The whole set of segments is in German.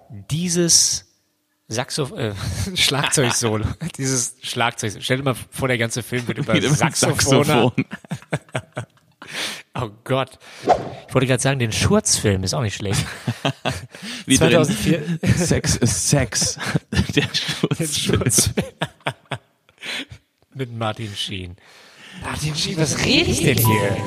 dieses Schlagzeug-Solo. Dieses Schlagzeug. Stell dir mal vor, der ganze Film wird über Saxophone. Oh Gott. Ich wollte gerade sagen, den Schurzfilm ist auch nicht schlecht. Wie 2004. Sex ist Sex. Der Schurzfilm. Mit Martin Sheen. Martin Sheen, was rede ich denn hier?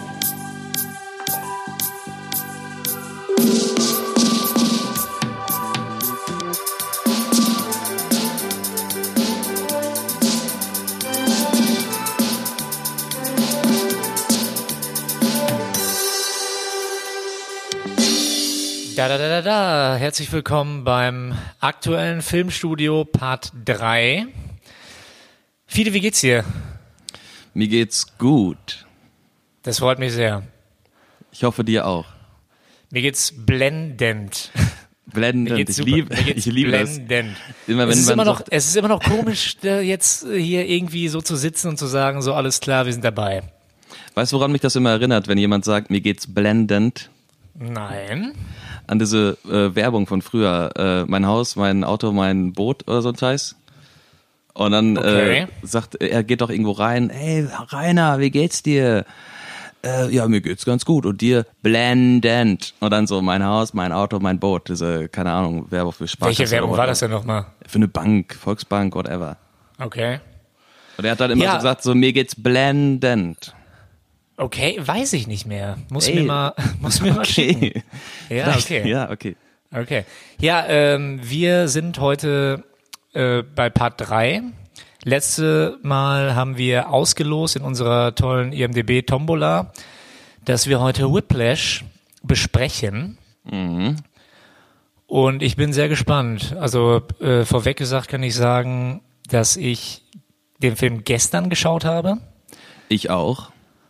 Herzlich willkommen beim aktuellen Filmstudio Part 3. Fide, wie geht's dir? Mir geht's gut. Das freut mich sehr. Ich hoffe dir auch. Mir geht's blendend. Blendend, ich liebe blendend. das. Es ist immer noch komisch, jetzt hier irgendwie so zu sitzen und zu sagen, so alles klar, wir sind dabei. Weißt du, woran mich das immer erinnert, wenn jemand sagt, mir geht's blendend? Nein. An diese Werbung von früher. Mein Haus, mein Auto, mein Boot oder so ein Scheiß. Und dann sagt er, geht doch irgendwo rein, hey Rainer, wie geht's dir? Ja, mir geht's ganz gut. Und dir? Blendend. Und dann so, mein Haus, mein Auto, mein Boot. Diese, keine Ahnung, Werbung für Sparkasse. Welche Werbung war das denn nochmal? Für eine Bank, Volksbank, whatever. Okay. Und er hat dann immer so gesagt, so, mir geht's blendend. Okay, weiß ich nicht mehr. Muss mir mal schicken. Ja, okay. Ja, okay. Okay. Ja, wir sind heute bei Part 3. Letzte Mal haben wir ausgelost in unserer tollen IMDb-Tombola, dass wir heute Whiplash besprechen. Mhm. Und ich bin sehr gespannt. Also vorweg gesagt kann ich sagen, dass ich den Film gestern geschaut habe. Ich auch.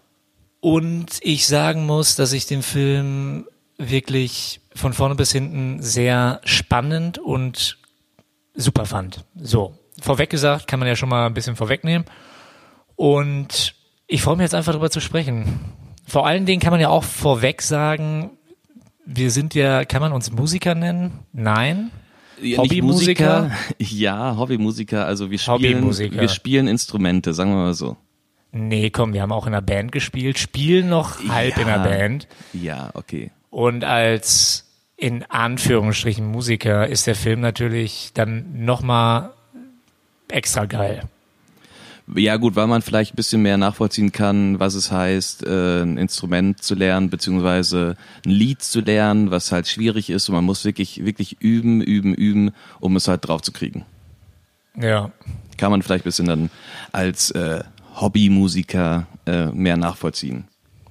Und ich sagen muss, dass ich den Film wirklich von vorne bis hinten sehr spannend und super fand. So, vorweg gesagt, kann man ja schon mal ein bisschen vorwegnehmen. Und ich freue mich jetzt einfach darüber zu sprechen. Vor allen Dingen kann man ja auch vorweg sagen, wir sind ja, kann man uns Musiker nennen? Nein. Ja, Hobbymusiker? Ja, Hobbymusiker. Also wir spielen Instrumente, sagen wir mal so. Nee, komm, wir haben auch in einer Band gespielt, spielen noch halb in einer Band. Ja, okay. Und als, in Anführungsstrichen, Musiker ist der Film natürlich dann nochmal extra geil. Ja gut, weil man vielleicht ein bisschen mehr nachvollziehen kann, was es heißt, ein Instrument zu lernen, beziehungsweise ein Lied zu lernen, was halt schwierig ist und man muss wirklich üben, um es halt drauf zu kriegen. Ja. Kann man vielleicht ein bisschen dann als Hobbymusiker mehr nachvollziehen.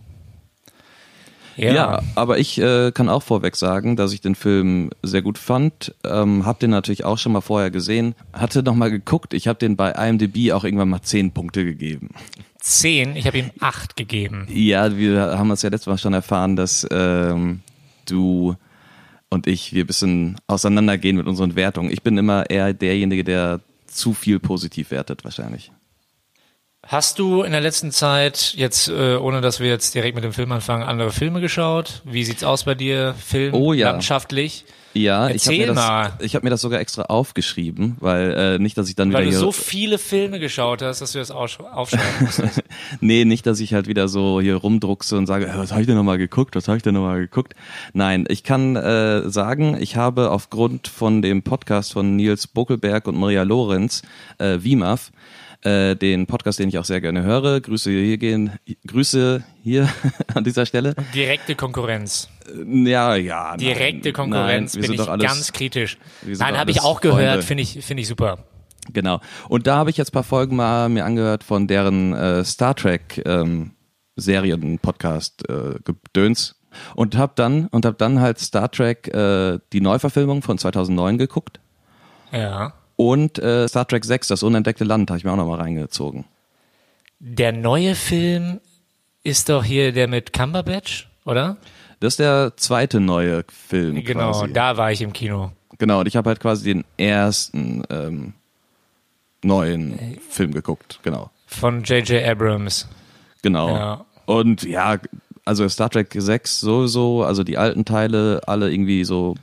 Ja, aber ich kann auch vorweg sagen, dass ich den Film sehr gut fand. Hab den natürlich auch schon mal vorher gesehen. Hatte noch mal geguckt. Ich habe den bei IMDb auch irgendwann mal 10 Punkte gegeben. 10? Ich habe ihm 8 gegeben. Ja, wir haben das ja letztes Mal schon erfahren, dass du und wir ein bisschen auseinandergehen mit unseren Wertungen. Ich bin immer eher derjenige, der zu viel positiv wertet wahrscheinlich. Hast du in der letzten Zeit, jetzt ohne dass wir jetzt direkt mit dem Film anfangen, andere Filme geschaut? Wie sieht's aus bei dir, landschaftlich? Ja, Erzähl ich hab mir das sogar extra aufgeschrieben, weil nicht, dass ich dann weil wieder du hier... so viele Filme geschaut hast, dass du das aufschreiben musstest. Nee, nicht, dass ich halt wieder so hier rumdruckse und sage, was habe ich denn nochmal geguckt? Nein, ich kann sagen, ich habe aufgrund von dem Podcast von Nils Bokelberg und Maria Lorenz, WIMAF, den Podcast, den ich auch sehr gerne höre. Grüße hier an dieser Stelle. Direkte Konkurrenz. Ja. Direkte Konkurrenz, bin ich ganz kritisch. Nein, habe ich auch Freunde. gehört, finde ich super. Genau. Und da habe ich jetzt ein paar Folgen mal mir angehört von deren Star Trek Serien-Podcast Gedöns und hab dann halt Star Trek die Neuverfilmung von 2009 geguckt. Ja. Und Star Trek 6, das unentdeckte Land, habe ich mir auch nochmal reingezogen. Der neue Film ist doch hier der mit Cumberbatch, oder? Das ist der zweite neue Film Genau, quasi. da war ich im Kino. Genau, und ich habe halt quasi den ersten neuen Film geguckt, genau. Von J.J. Abrams. Genau. Ja. Und ja, also Star Trek 6 sowieso, also die alten Teile, alle irgendwie so echt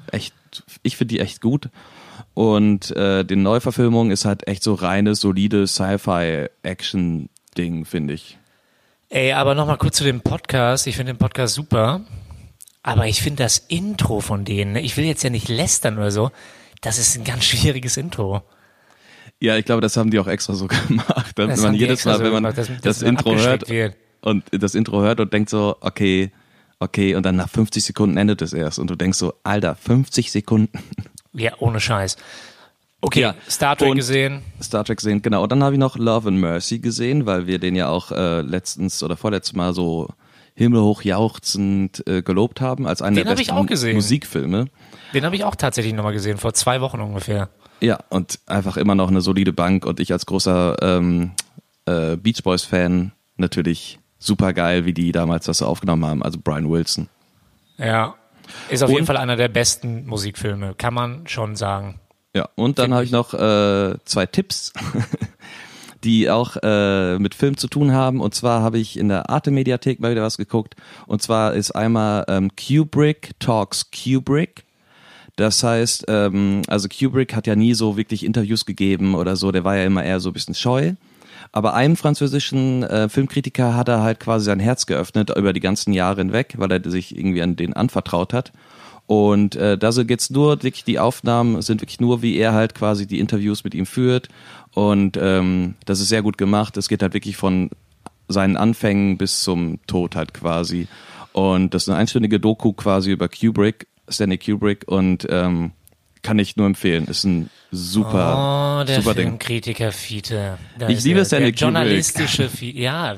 ich finde die echt gut. Und die Neuverfilmung ist halt echt so reines, solides Sci-Fi-Action-Ding, finde ich. Ey, aber nochmal kurz zu dem Podcast. Ich finde den Podcast super. Aber ich finde das Intro von denen, ich will jetzt ja nicht lästern oder so, das ist ein ganz schwieriges Intro. Ja, ich glaube, das haben die auch extra so gemacht, damit man jedes Mal, wenn man das Intro hört und das Intro hört und denkt so, okay, und dann nach 50 Sekunden endet es erst und du denkst so, Alter, 50 Sekunden. Ja, ohne Scheiß. Okay, ja, Star Trek gesehen, genau. Und dann habe ich noch Love and Mercy gesehen, weil wir den ja auch letztens oder vorletztes Mal so himmelhoch jauchzend gelobt haben als einen der besten Musikfilme. Den habe ich auch tatsächlich nochmal gesehen, vor 2 Wochen ungefähr. Ja, und einfach immer noch eine solide Bank und ich als großer Beach Boys Fan natürlich super geil, wie die damals das aufgenommen haben, also Brian Wilson. Ja, ist auf jeden Fall einer der besten Musikfilme, kann man schon sagen. Ja, und dann habe ich noch 2 Tipps, die auch mit Film zu tun haben. Und zwar habe ich in der Arte-Mediathek mal wieder was geguckt. Und zwar ist einmal Kubrick Talks Kubrick. Das heißt, also Kubrick hat ja nie so wirklich Interviews gegeben oder so. Der war ja immer eher so ein bisschen scheu. Aber einem französischen Filmkritiker hat er halt quasi sein Herz geöffnet über die ganzen Jahre hinweg, weil er sich irgendwie an den anvertraut hat. Und da geht's nur, wirklich die Aufnahmen sind wirklich nur, wie er halt quasi die Interviews mit ihm führt. Und das ist sehr gut gemacht. Es geht halt wirklich von seinen Anfängen bis zum Tod halt quasi. Und das ist eine einstündige Doku quasi über Stanley Kubrick und kann ich nur empfehlen. Ist ein super der super Ding. Filmkritiker Fiete. Ich liebe Stanley Kubrick. Journalistische Fiete. Ja,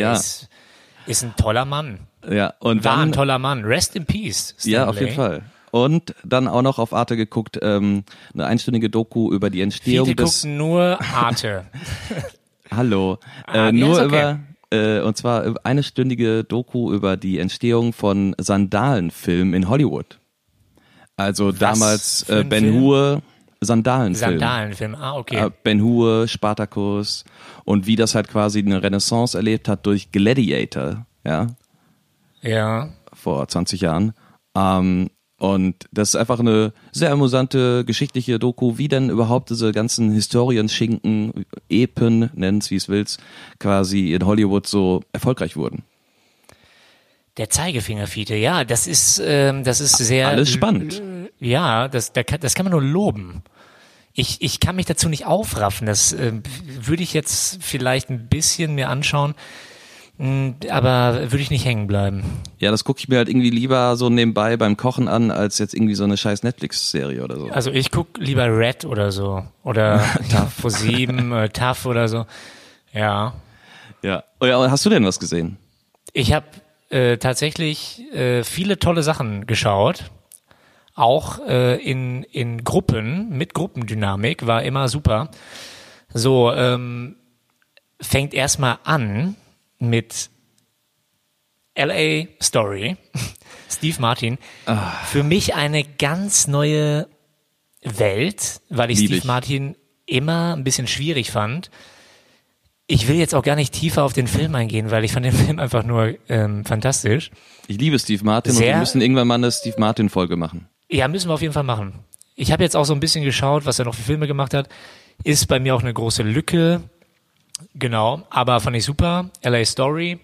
ist ein toller Mann. Ja, und war dann, ein toller Mann. Rest in Peace, Stanley. Ja, auf jeden Fall. Und dann auch noch auf Arte geguckt, eine einstündige Doku über die Entstehung Fiete guckt nur Arte. Hallo. Nur über und zwar eine stündige Doku über die Entstehung von Sandalenfilmen in Hollywood. Also damals Ben-Hur, Sandalenfilm, okay. Ben-Hur, Spartacus und wie das halt quasi eine Renaissance erlebt hat durch Gladiator, ja. Ja. Vor 20 Jahren. Und das ist einfach eine sehr amüsante geschichtliche Doku, wie denn überhaupt diese ganzen Historienschinken, Epen, nenn's wie es willst, quasi in Hollywood so erfolgreich wurden. Der Zeigefingerfiete, ja, das ist sehr... Alles spannend. Ja, das kann man nur loben. Ich kann mich dazu nicht aufraffen, das würde ich jetzt vielleicht ein bisschen mir anschauen, aber würde ich nicht hängen bleiben. Ja, das gucke ich mir halt irgendwie lieber so nebenbei beim Kochen an, als jetzt irgendwie so eine scheiß Netflix-Serie oder so. Also ich gucke lieber Red oder so. Oder Pro7, TAF oder so. Ja. Ja. Oh ja, hast du denn was gesehen? Ich habe tatsächlich viele tolle Sachen geschaut. Auch in Gruppen, mit Gruppendynamik, war immer super. So, fängt erstmal an mit LA Story, Steve Martin. Für mich eine ganz neue Welt, weil ich Steve Martin immer ein bisschen schwierig fand. Ich will jetzt auch gar nicht tiefer auf den Film eingehen, weil ich fand den Film einfach nur fantastisch. Ich liebe Steve Martin und wir müssen irgendwann mal eine Steve Martin-Folge machen. Ja, müssen wir auf jeden Fall machen. Ich habe jetzt auch so ein bisschen geschaut, was er noch für Filme gemacht hat. Ist bei mir auch eine große Lücke. Genau, aber fand ich super. LA Story.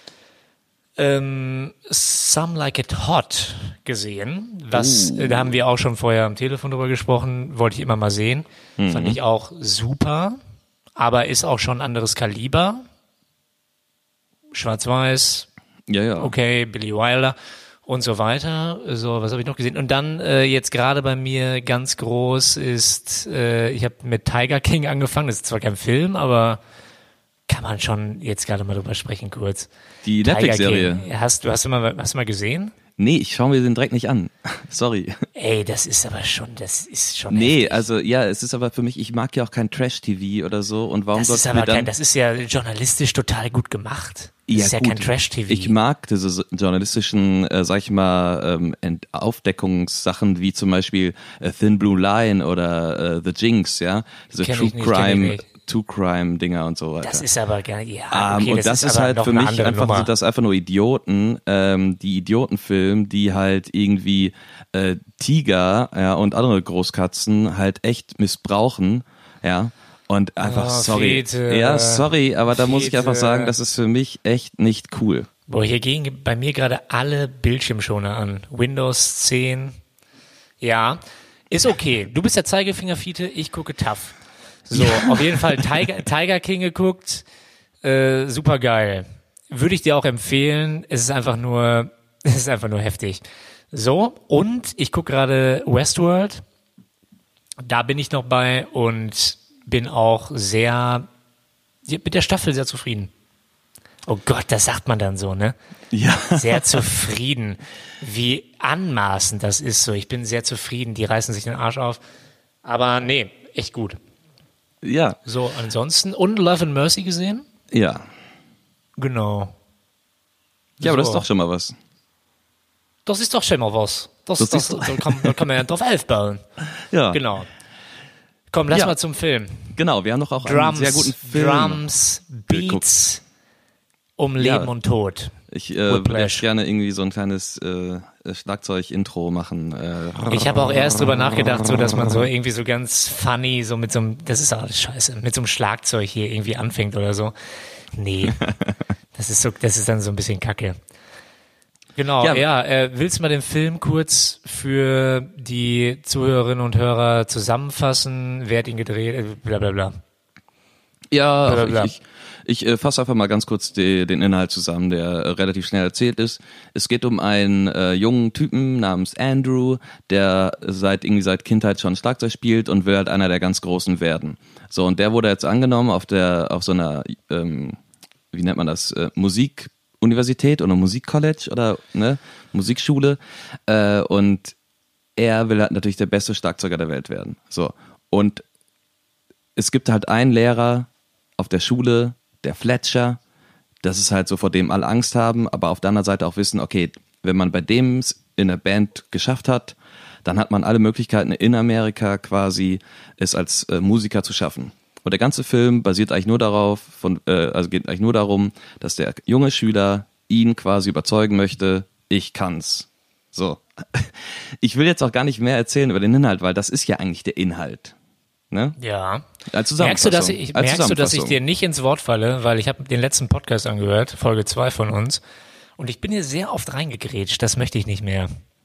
Some Like It Hot gesehen. Da haben wir auch schon vorher am Telefon drüber gesprochen. Wollte ich immer mal sehen. Fand ich auch super. Aber ist auch schon ein anderes Kaliber. Schwarz-Weiß. Ja. Okay, Billy Wilder und so weiter. So, was habe ich noch gesehen? Und dann jetzt gerade bei mir ganz groß ist, ich habe mit Tiger King angefangen. Das ist zwar kein Film, aber kann man schon jetzt gerade mal drüber sprechen kurz. Die Netflix-Serie. Hast du mal gesehen? Nee, ich schaue mir den direkt nicht an. Sorry. Ey, das ist schon Nee, heftig. also ja, es ist aber für mich, ich mag ja auch kein Trash-TV oder so und warum das ist ja journalistisch total gut gemacht. Das ist ja kein Trash-TV. Ich mag diese journalistischen, sag ich mal, Aufdeckungssachen wie zum Beispiel Thin Blue Line oder The Jinx, ja, diese True Crime True-Crime-Dinger und so weiter. Das ist aber gar nicht, ja, okay, und das ist halt für mich einfach, sind das einfach nur Idioten, die Idiotenfilme, die halt irgendwie Tiger und andere Großkatzen halt echt missbrauchen, ja. Und einfach, sorry. Fete, Ja, sorry, aber da muss ich Fete. einfach sagen, das ist für mich echt nicht cool. Boah, hier gehen bei mir gerade alle Bildschirmschoner an. Windows 10. Ja, ist okay. Du bist der Zeigefinger-Fiete, ich gucke tough. So, auf jeden Fall Tiger King geguckt. Super geil. Würde ich dir auch empfehlen. Es ist einfach nur heftig. So, und ich gucke gerade Westworld. Da bin ich noch bei und bin auch mit der Staffel sehr zufrieden. Oh Gott, das sagt man dann so, ne? Ja. Sehr zufrieden. Wie anmaßend das ist so. Ich bin sehr zufrieden. Die reißen sich den Arsch auf. Aber nee, echt gut. Ja. So, ansonsten. Und Love and Mercy gesehen? Ja. Genau. Ja, aber das So. ist doch schon mal was. Das ist doch schon mal was. Da kann man ja drauf aufbauen. Ja. Genau. Komm, lass Ja. mal zum Film. Genau, wir haben noch auch einen sehr guten Film. Drums, Beats, um Leben Ja. und Tod. Ich würde Whiplash. gerne irgendwie so ein kleines Schlagzeug-Intro machen. Ich habe auch erst drüber nachgedacht, so dass man so irgendwie so ganz funny, so mit so einem, das ist alles scheiße, mit so einem Schlagzeug hier irgendwie anfängt oder so. Nee, das ist dann so ein bisschen Kacke. Genau, willst du mal den Film kurz für die Zuhörerinnen und Hörer zusammenfassen? Wer hat ihn gedreht? Blablabla. Ja, Blablabla. ich fasse einfach mal ganz kurz den Inhalt zusammen, der relativ schnell erzählt ist. Es geht um einen jungen Typen namens Andrew, der seit Kindheit schon Schlagzeug spielt und will halt einer der ganz Großen werden. So, und der wurde jetzt angenommen auf so einer, wie nennt man das, Musikuniversität oder Musikcollege oder ne, Musikschule. Und er will halt natürlich der beste Schlagzeuger der Welt werden. So, und es gibt halt einen Lehrer auf der Schule, der Fletcher, das ist halt so, vor dem alle Angst haben, aber auf der anderen Seite auch wissen, okay, wenn man bei dem es in der Band geschafft hat, dann hat man alle Möglichkeiten in Amerika quasi es als Musiker zu schaffen. Und der ganze Film basiert eigentlich nur darauf, geht eigentlich nur darum, dass der junge Schüler ihn quasi überzeugen möchte, ich kann's. So. Ich will jetzt auch gar nicht mehr erzählen über den Inhalt, weil das ist ja eigentlich der Inhalt. Ne? Ja. Als Merkst du, dass Zusammenfassung. ich dir nicht ins Wort falle, weil ich habe den letzten Podcast angehört, Folge 2 von uns, und ich bin hier sehr oft reingegrätscht, das möchte ich nicht mehr.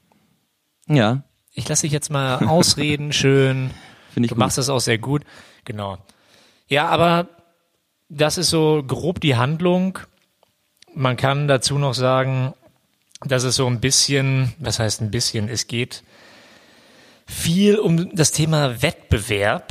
Ja, Ich lasse dich jetzt mal ausreden, schön. finde ich Du gut. machst das auch sehr gut. Genau. Ja, aber das ist so grob die Handlung. Man kann dazu noch sagen, dass es so ein bisschen, was heißt ein bisschen, es geht viel um das Thema Wettbewerb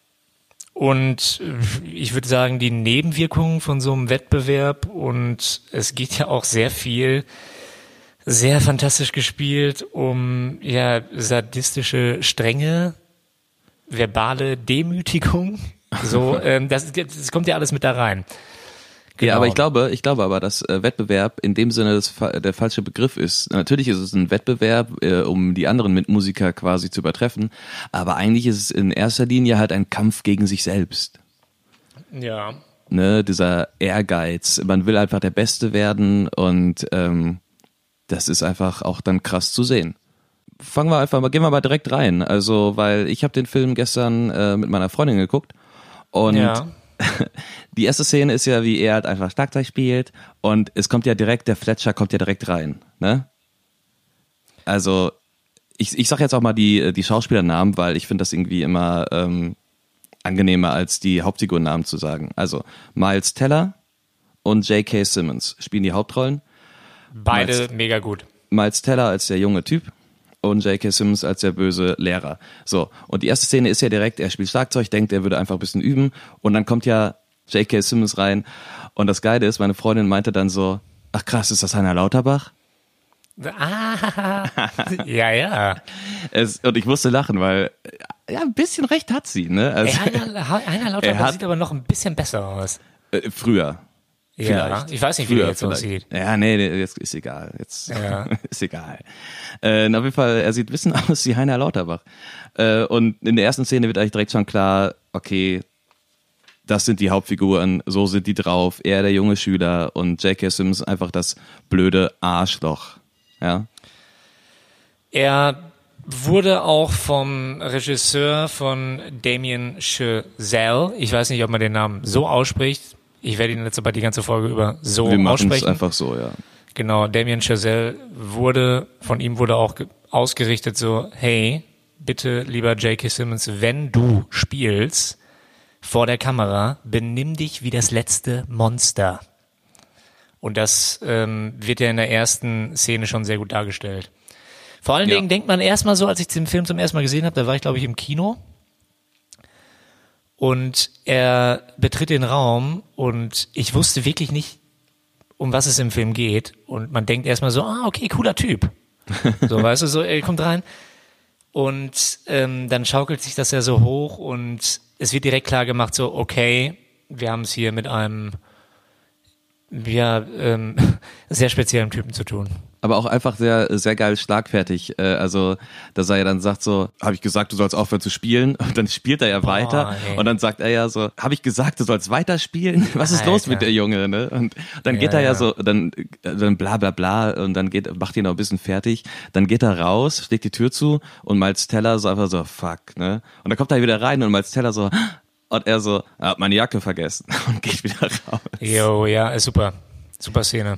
und ich würde sagen, die Nebenwirkungen von so einem Wettbewerb, und es geht ja auch sehr viel, sehr fantastisch gespielt, um ja sadistische Strenge, verbale Demütigung, so, das kommt ja alles mit da rein. Genau. Ja, aber ich glaube aber, dass Wettbewerb in dem Sinne der falsche Begriff ist. Natürlich ist es ein Wettbewerb, um die anderen Mitmusiker quasi zu übertreffen, aber eigentlich ist es in erster Linie halt ein Kampf gegen sich selbst. Ja. Ne, dieser Ehrgeiz, man will einfach der Beste werden und das ist einfach auch dann krass zu sehen. Gehen wir mal direkt rein. Also, weil ich habe den Film gestern mit meiner Freundin geguckt und Ja. die erste Szene ist ja, wie er halt einfach Schlagzeug spielt und es kommt ja direkt, der Fletcher kommt ja direkt rein, ne? Also, ich sag jetzt auch mal die Schauspielernamen, weil ich finde das irgendwie immer angenehmer als die Hauptfigurennamen zu sagen. Also, Miles Teller und J.K. Simmons spielen die Hauptrollen. Beide mega gut. Miles Teller als der junge Typ und J.K. Simmons als der böse Lehrer. So, und die erste Szene ist ja direkt, er spielt Schlagzeug, denkt, er würde einfach ein bisschen üben und dann kommt ja J.K. Simmons rein und das Geile ist, meine Freundin meinte dann so, ach krass, ist das Heiner Lauterbach? Ah, ja. Und ich musste lachen, weil ja, ein bisschen recht hat sie, ne? Also, Heiner Lauterbach sieht aber noch ein bisschen besser aus. Früher. Ja, Vielleicht. ich weiß nicht, wie der Früher jetzt vielleicht. aussieht. Ja, nee, jetzt ist egal. Jetzt Ja. ist egal. Auf jeden Fall, er sieht ein bisschen aus wie Heiner Lauterbach. Und in der ersten Szene wird eigentlich direkt schon klar, okay, das sind die Hauptfiguren, so sind die drauf, er der junge Schüler und J.K. Simmons einfach das blöde Arschloch. Ja. Er wurde auch vom Regisseur von Damien Chazelle, ich weiß nicht, ob man den Namen so ausspricht, ich werde ihn jetzt aber die ganze Folge über so Wir machen aussprechen. es einfach so, ja. Genau, Damien Chazelle von ihm wurde auch ausgerichtet so, hey, bitte, lieber J.K. Simmons, wenn du spielst vor der Kamera, benimm dich wie das letzte Monster. Und das wird ja in der ersten Szene schon sehr gut dargestellt. Vor allen Dingen denkt man erstmal so, als ich den Film zum ersten Mal gesehen habe, da war ich, glaube ich, im Kino. Und er betritt den Raum und ich wusste wirklich nicht, um was es im Film geht. Und man denkt erstmal so, okay, cooler Typ. So, weißt du, so, er kommt rein. Und dann schaukelt sich das ja so hoch und es wird direkt klar gemacht, so, okay, wir haben es hier mit einem sehr speziellen Typen zu tun. Aber auch einfach sehr, sehr geil schlagfertig. Also, dass er ja dann sagt so, habe ich gesagt, du sollst aufhören zu spielen? Und dann spielt er ja weiter. Ey. Und dann sagt er ja so, habe ich gesagt, du sollst weiter spielen? Was ist los mit der Junge? Ne? Und dann geht er ja so, dann bla bla bla und dann macht ihn noch ein bisschen fertig. Dann geht er raus, schlägt die Tür zu und Miles Teller so einfach so, fuck. Ne? Und dann kommt er wieder rein und Miles Teller so, und er so, hab meine Jacke vergessen und geht wieder raus. Jo, ja, ist super. Super Szene.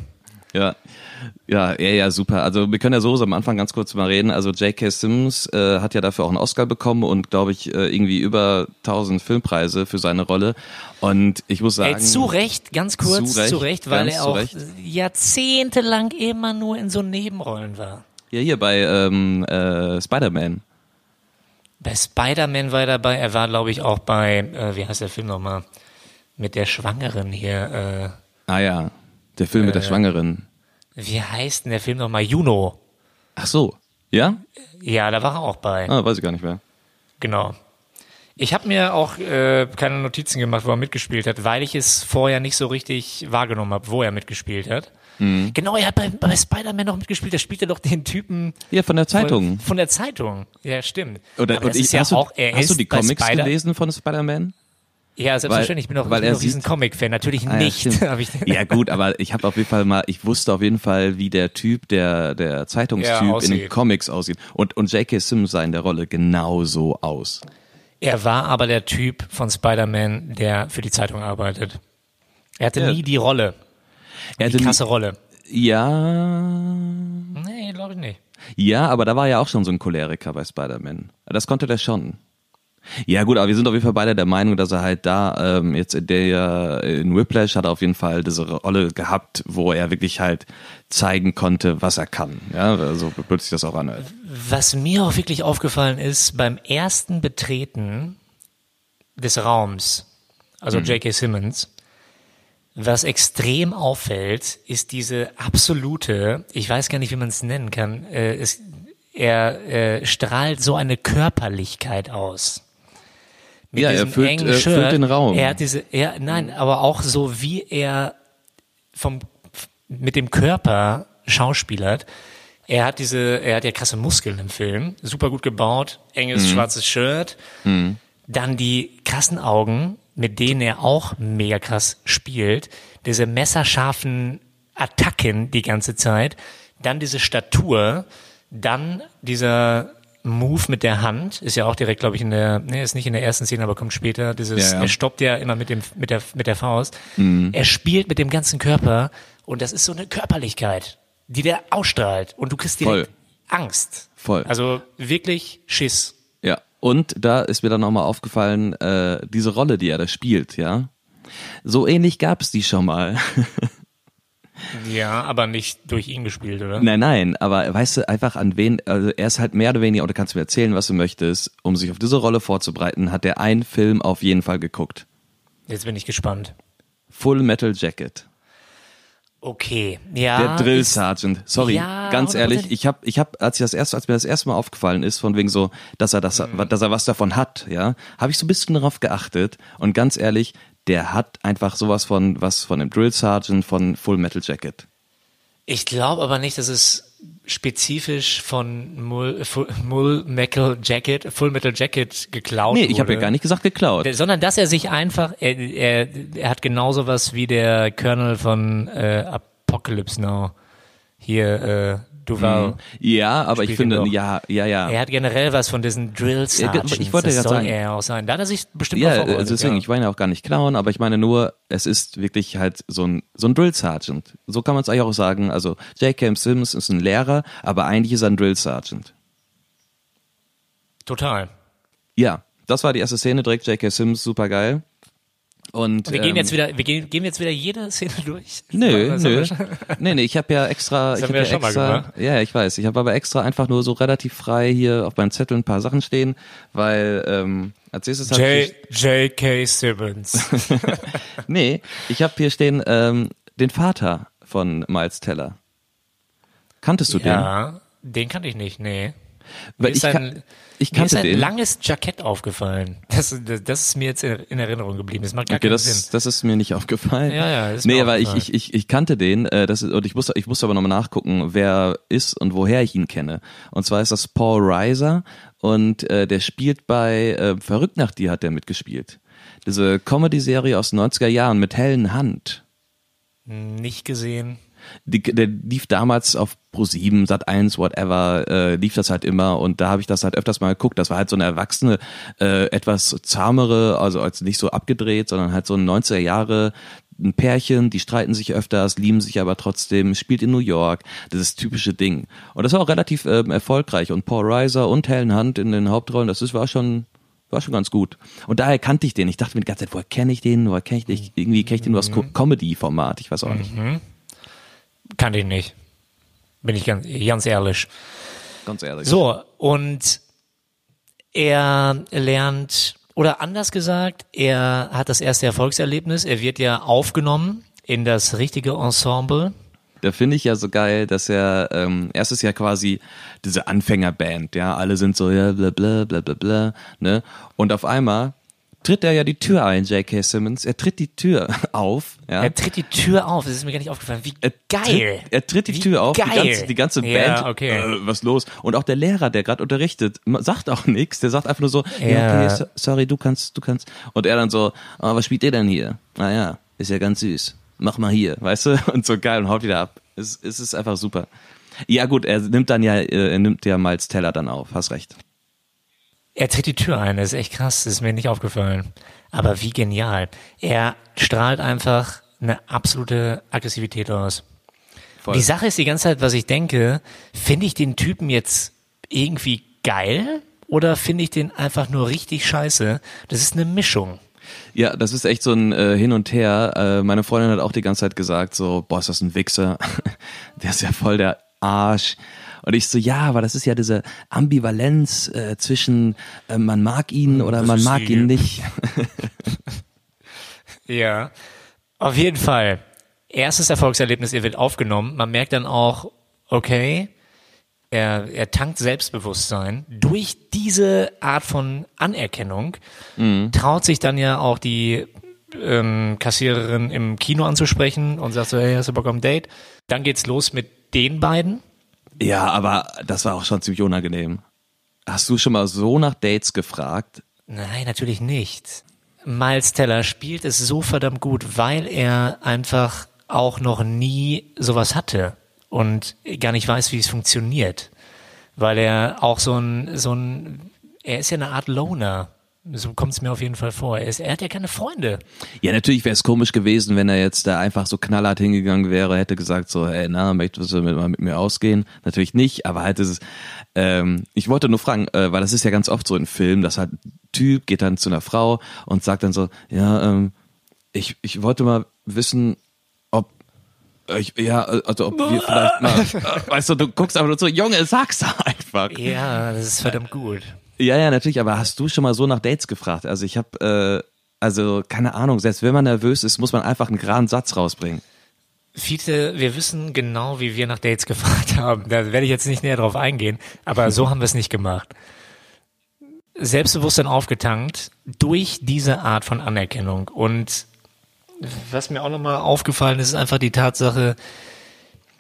Ja, super. Also wir können ja so am Anfang ganz kurz mal reden. Also J.K. Simmons hat ja dafür auch einen Oscar bekommen und glaube ich irgendwie über 1000 Filmpreise für seine Rolle. Und ich muss sagen... zu Recht, ganz kurz, zu Recht, weil er auch jahrzehntelang immer nur in so Nebenrollen war. Ja, hier bei Spider-Man. Bei Spider-Man war er dabei. Er war, glaube ich, auch bei, wie heißt der Film nochmal? Mit der Schwangeren hier. Ja, der Film mit der Schwangeren. Wie heißt denn der Film nochmal? Juno. Ach so, ja? Ja, da war er auch bei. Weiß ich gar nicht mehr. Genau. Ich habe mir auch keine Notizen gemacht, wo er mitgespielt hat, weil ich es vorher nicht so richtig wahrgenommen habe, wo er mitgespielt hat. Mhm. Genau, er hat bei Spider-Man noch mitgespielt, da spielt er doch den Typen... Ja, von der Zeitung. Von der Zeitung, ja, stimmt. Hast du die Comics gelesen von Spider-Man? Ja, selbstverständlich. Ich bin auch ein riesen Comic-Fan. Natürlich nicht. Ja gut, aber ich habe auf jeden Fall ich wusste auf jeden Fall, wie der Typ, der Zeitungstyp in den Comics aussieht. Und J.K. Simmons sah in der Rolle genauso aus. Er war aber der Typ von Spider-Man, der für die Zeitung arbeitet. Er hatte nie die Rolle. Die krasse Rolle. Ja. Nee, glaube ich nicht. Ja, aber da war ja auch schon so ein Choleriker bei Spider-Man. Das konnte der schon. Ja gut, aber wir sind auf jeden Fall beide der Meinung, dass er halt da jetzt in Whiplash hat er auf jeden Fall diese Rolle gehabt, wo er wirklich halt zeigen konnte, was er kann. Ja, so wird sich das auch anhört. Was mir auch wirklich aufgefallen ist, beim ersten Betreten des Raums, also J.K. Simmons, was extrem auffällt, ist diese absolute, ich weiß gar nicht, wie man es nennen kann, er strahlt so eine Körperlichkeit aus. Mit er füllt den Raum. Er hat aber auch so, wie er mit dem Körper schauspielert. Er hat ja krasse Muskeln im Film, super gut gebaut, enges schwarzes Shirt, dann die krassen Augen, mit denen er auch mega krass spielt, diese messerscharfen Attacken die ganze Zeit, dann diese Statur, dann dieser Move mit der Hand, ist ja auch direkt, glaube ich, ist nicht in der ersten Szene, aber kommt später, er stoppt ja immer mit der Faust. Er spielt mit dem ganzen Körper und das ist so eine Körperlichkeit, die der ausstrahlt und du kriegst direkt Angst. Voll. Also wirklich Schiss. Ja, und da ist mir dann nochmal aufgefallen, diese Rolle, die er da spielt, ja, so ähnlich gab es die schon mal. Ja, aber nicht durch ihn gespielt, oder? Nein, aber weißt du einfach an wen, also er ist halt mehr oder weniger, oder kannst du mir erzählen, was du möchtest, um sich auf diese Rolle vorzubereiten, hat er einen Film auf jeden Fall geguckt. Jetzt bin ich gespannt. Full Metal Jacket. Okay, ja. Der Drill Sergeant. Sorry, ja, ganz ehrlich, ich hab, als mir das erste Mal aufgefallen ist, von wegen so, dass er was davon hat, ja, habe ich so ein bisschen darauf geachtet und ganz ehrlich, der hat einfach sowas von dem Drill Sergeant von Full Metal Jacket. Ich glaube aber nicht, dass es spezifisch von Full Metal Jacket geklaut Nee, ich habe wurde, ja gar nicht gesagt geklaut. sondern dass er sich einfach, er hat genauso was wie der Colonel von Apocalypse Now. Hier, Duval. Ja, aber ich finde, noch. ja. Er hat generell was von diesen Drill Sergeants. ich wollte das gerade soll sagen, er auch sein. Da hat er sich bestimmt Ja, auch vorbereitet. also deswegen, ich meine ja auch gar nicht klauen, aber ich meine nur, es ist wirklich halt so ein Drill Sergeant. So kann man es eigentlich auch sagen. Also J.K. Simmons ist ein Lehrer, aber eigentlich ist er ein Drill Sergeant. Total. Ja, das war die erste Szene, direkt J.K. Simmons, super geil. Und Wir gehen jetzt wieder jede Szene durch. Nö, ich habe ja extra, Das haben wir ja schon mal gemacht. Ja, ich weiß, ich habe aber extra einfach nur so relativ frei hier auf meinem Zettel ein paar Sachen stehen, weil als nächstes J.K. Simmons. Nee, ich habe hier stehen den Vater von Miles Teller. Kanntest du den? Ja, den kannte ich nicht, nee. Weil Mir ist ich mir kannte ist ein den. langes Jackett aufgefallen. Das ist mir jetzt in Erinnerung geblieben. Das macht gar Okay, keinen Sinn. das ist mir nicht aufgefallen. Ja, das ist mir Nee, aber aufgefallen. ich kannte den, und ich musste aber nochmal nachgucken, wer ist und woher ich ihn kenne. Und zwar ist das Paul Reiser und der spielt bei Verrückt nach dir hat der mitgespielt. Diese Comedy-Serie aus den 90er Jahren mit Helen Hunt. Nicht gesehen. Der lief damals auf Pro7, Sat.1, whatever, lief das halt immer und da habe ich das halt öfters mal geguckt. Das war halt so eine erwachsene, etwas zahmere, also als nicht so abgedreht, sondern halt so ein 90er Jahre, ein Pärchen, die streiten sich öfters, lieben sich aber trotzdem, spielt in New York, das ist das typische Ding. Und das war auch relativ erfolgreich und Paul Reiser und Helen Hunt in den Hauptrollen, war schon ganz gut. Und daher kannte ich den. Ich dachte mir die ganze Zeit, woher kenne ich den? Irgendwie kenne ich den nur aus Comedy-Format, ich weiß auch nicht. Kannte ich nicht. Bin ich ganz ehrlich. Ganz ehrlich. So, und er lernt, oder anders gesagt, er hat das erste Erfolgserlebnis. Er wird ja aufgenommen in das richtige Ensemble. Da finde ich ja so geil, dass er, erst ist ja quasi diese Anfängerband, ja, alle sind so, ja, bla, bla, bla, bla, bla, ne, und auf einmal tritt er ja die Tür ein, J.K. Simmons, er tritt die Tür auf, ja. Er tritt die Tür auf, das ist mir gar nicht aufgefallen, wie geil. Er tritt die Tür auf, die ganze Band, ja, okay. Was los? Und auch der Lehrer, der gerade unterrichtet, sagt auch nichts, der sagt einfach nur so, Ja. okay, sorry, du kannst. Und er dann so, was spielt ihr denn hier? Naja, ist ja ganz süß. Mach mal hier, weißt du? Und so geil und haut wieder ab. Es ist einfach super. Ja gut, er nimmt ja Miles Teller dann auf, hast recht. Er tritt die Tür ein, das ist echt krass, das ist mir nicht aufgefallen. Aber wie genial. Er strahlt einfach eine absolute Aggressivität aus. Voll. Die Sache ist die ganze Zeit, was ich denke, finde ich den Typen jetzt irgendwie geil oder finde ich den einfach nur richtig scheiße? Das ist eine Mischung. Ja, das ist echt so ein Hin und Her. Meine Freundin hat auch die ganze Zeit gesagt, so, boah, ist das ein Wichser. Der ist ja voll der Arsch. Und ich so, ja, aber das ist ja diese Ambivalenz zwischen man mag ihn oder man mag ihn nicht. Ja, auf jeden Fall. Erstes Erfolgserlebnis, er wird aufgenommen. Man merkt dann auch, okay, er tankt Selbstbewusstsein. Durch diese Art von Anerkennung traut sich dann ja auch die Kassiererin im Kino anzusprechen und sagt so, hey, hast du Bock auf ein Date? Dann geht's los mit den beiden. Ja, aber das war auch schon ziemlich unangenehm. Hast du schon mal so nach Dates gefragt? Nein, natürlich nicht. Miles Teller spielt es so verdammt gut, weil er einfach auch noch nie sowas hatte und gar nicht weiß, wie es funktioniert. Weil er auch er ist ja eine Art Loner. So kommt es mir auf jeden Fall vor. Er hat ja keine Freunde. Ja, natürlich wäre es komisch gewesen, wenn er jetzt da einfach so knallhart hingegangen wäre, hätte gesagt so, hey, möchtest du mal mit mir ausgehen? Natürlich nicht, aber halt ist es, ich wollte nur fragen, weil das ist ja ganz oft so in Filmen, dass halt ein Typ geht dann zu einer Frau und sagt dann so, ja, ich wollte mal wissen, ob wir vielleicht mal, weißt du guckst einfach nur so, Junge, sag's doch einfach. Ja, das ist verdammt gut. Ja, natürlich, aber hast du schon mal so nach Dates gefragt? Also ich habe, keine Ahnung, selbst wenn man nervös ist, muss man einfach einen geraden Satz rausbringen. Fiete, wir wissen genau, wie wir nach Dates gefragt haben. Da werde ich jetzt nicht näher drauf eingehen, aber so haben wir es nicht gemacht. Selbstbewusstsein aufgetankt durch diese Art von Anerkennung. Und was mir auch nochmal aufgefallen ist, ist einfach die Tatsache,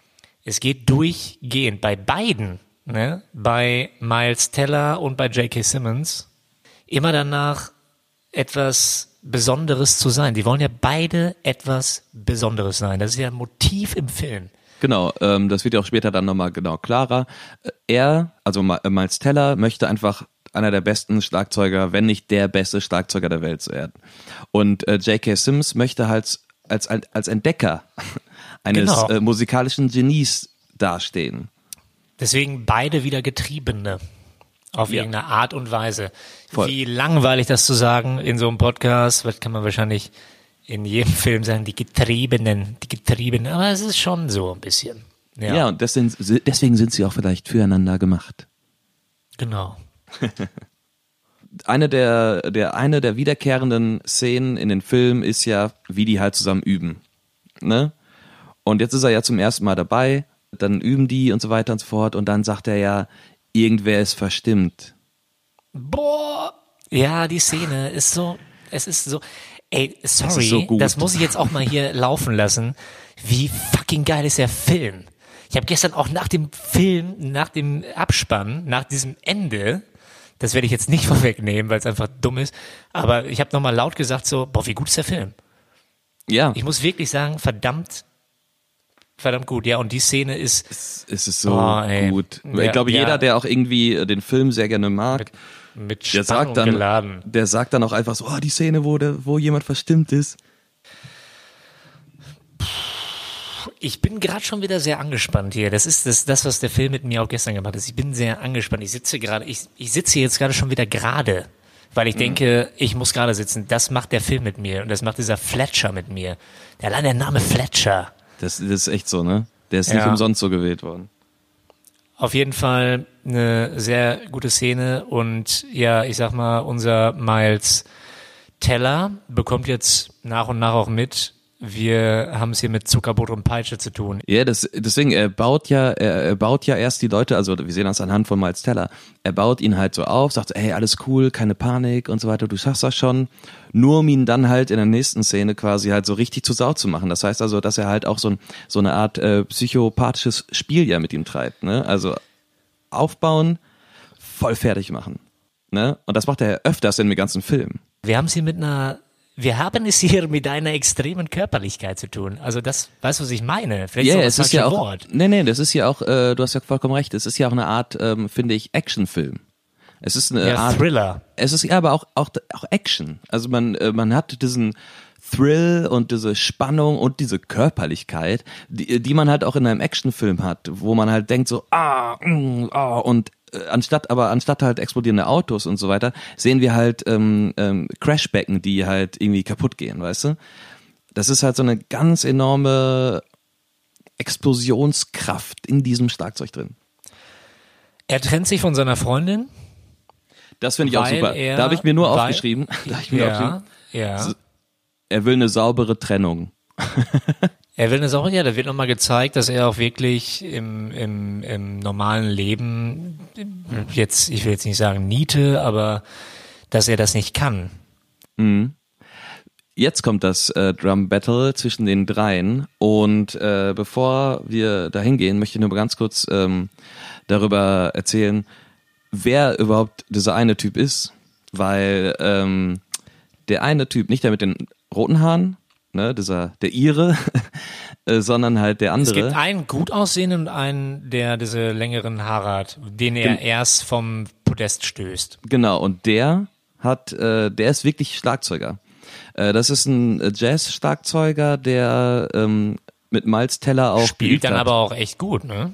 Es geht durchgehend bei beiden, ne? Bei Miles Teller und bei J.K. Simmons, immer danach etwas Besonderes zu sein. Die wollen ja beide etwas Besonderes sein. Das ist ja ein Motiv im Film. Genau, das wird ja auch später dann nochmal genau klarer. Also Miles Teller, möchte einfach einer der besten Schlagzeuger, wenn nicht der beste Schlagzeuger der Welt werden. Und J.K. Simmons möchte halt als Entdecker eines musikalischen Genies dastehen. Deswegen beide wieder Getriebene. Auf irgendeine Art und Weise. Voll. Wie langweilig das zu sagen in so einem Podcast, was kann man wahrscheinlich in jedem Film sagen, die Getriebenen, aber es ist schon so ein bisschen. Ja, und deswegen sind sie auch vielleicht füreinander gemacht. Genau. Eine der wiederkehrenden Szenen in den Filmen ist ja, wie die halt zusammen üben. Ne? Und jetzt ist er ja zum ersten Mal dabei, dann üben die und so weiter und so fort und dann sagt er ja, irgendwer ist verstimmt. Boah! Ja, die Szene ist so, es ist so, ey, sorry, so gut. Das muss ich jetzt auch mal hier laufen lassen. Wie fucking geil ist der Film? Ich habe gestern auch nach dem Film, nach dem Abspann, nach diesem Ende, das werde ich jetzt nicht vorwegnehmen, weil es einfach dumm ist, aber ich habe nochmal laut gesagt so, boah, wie gut ist der Film? Ja. Ich muss wirklich sagen, verdammt gut, ja, und die Szene ist... Es ist so gut. Ich glaube, jeder, der auch irgendwie den Film sehr gerne mag, mit Spannung geladen. Der sagt dann auch einfach so, die Szene, wo jemand verstimmt ist. Ich bin gerade schon wieder sehr angespannt hier. Das ist das, was der Film mit mir auch gestern gemacht hat. Ich bin sehr angespannt. Ich sitze hier jetzt gerade schon wieder gerade, weil ich denke, ich muss gerade sitzen. Das macht der Film mit mir und das macht dieser Fletcher mit mir. Allein der Name Fletcher. Das ist echt so, ne? Der ist nicht umsonst so gewählt worden. Auf jeden Fall eine sehr gute Szene und ja, ich sag mal, unser Miles Teller bekommt jetzt nach und nach auch mit, wir haben es hier mit Zuckerbrot und Peitsche zu tun. Ja, deswegen, er baut ja erst die Leute, also wir sehen das anhand von Miles Teller, er baut ihn halt so auf, sagt, hey, alles cool, keine Panik und so weiter, du schaffst das schon, nur um ihn dann halt in der nächsten Szene quasi halt so richtig zur Sau zu machen. Das heißt also, dass er halt auch so eine Art psychopathisches Spiel ja mit ihm treibt, ne? Also aufbauen, voll fertig machen, ne? Und das macht er öfters in dem ganzen Film. Wir haben es hier mit einer extremen Körperlichkeit zu tun. Also das, weißt du, was ich meine? Vielleicht so das falsche Wort. Nee, das ist ja auch, du hast ja vollkommen recht, es ist ja auch eine Art, finde ich, Actionfilm. Es ist eine Art Thriller. Es ist ja aber auch Action. Also man hat diesen Thrill und diese Spannung und diese Körperlichkeit, die man halt auch in einem Actionfilm hat, wo man halt denkt so, und anstatt halt explodierende Autos und so weiter, sehen wir halt Crashbecken, die halt irgendwie kaputt gehen, weißt du? Das ist halt so eine ganz enorme Explosionskraft in diesem Schlagzeug drin. Er trennt sich von seiner Freundin. Das finde ich auch super. Da habe ich mir nur aufgeschrieben. Ja. Er will eine saubere Trennung. Da wird nochmal gezeigt, dass er auch wirklich im normalen Leben ich will jetzt nicht sagen Niete, aber dass er das nicht kann. Mhm. Jetzt kommt das Drum Battle zwischen den dreien und bevor wir dahin gehen, möchte ich nur ganz kurz darüber erzählen, wer überhaupt dieser eine Typ ist, weil der eine Typ, nicht der mit den roten Haaren, ne, der Ire, sondern halt der andere. Es gibt einen gut aussehenden und einen, der diese längeren Haare hat, den er erst vom Podest stößt. Genau, und der ist wirklich Schlagzeuger. Das ist ein Jazz-Schlagzeuger, der mit Miles Teller auch spielt dann aber auch echt gut, ne?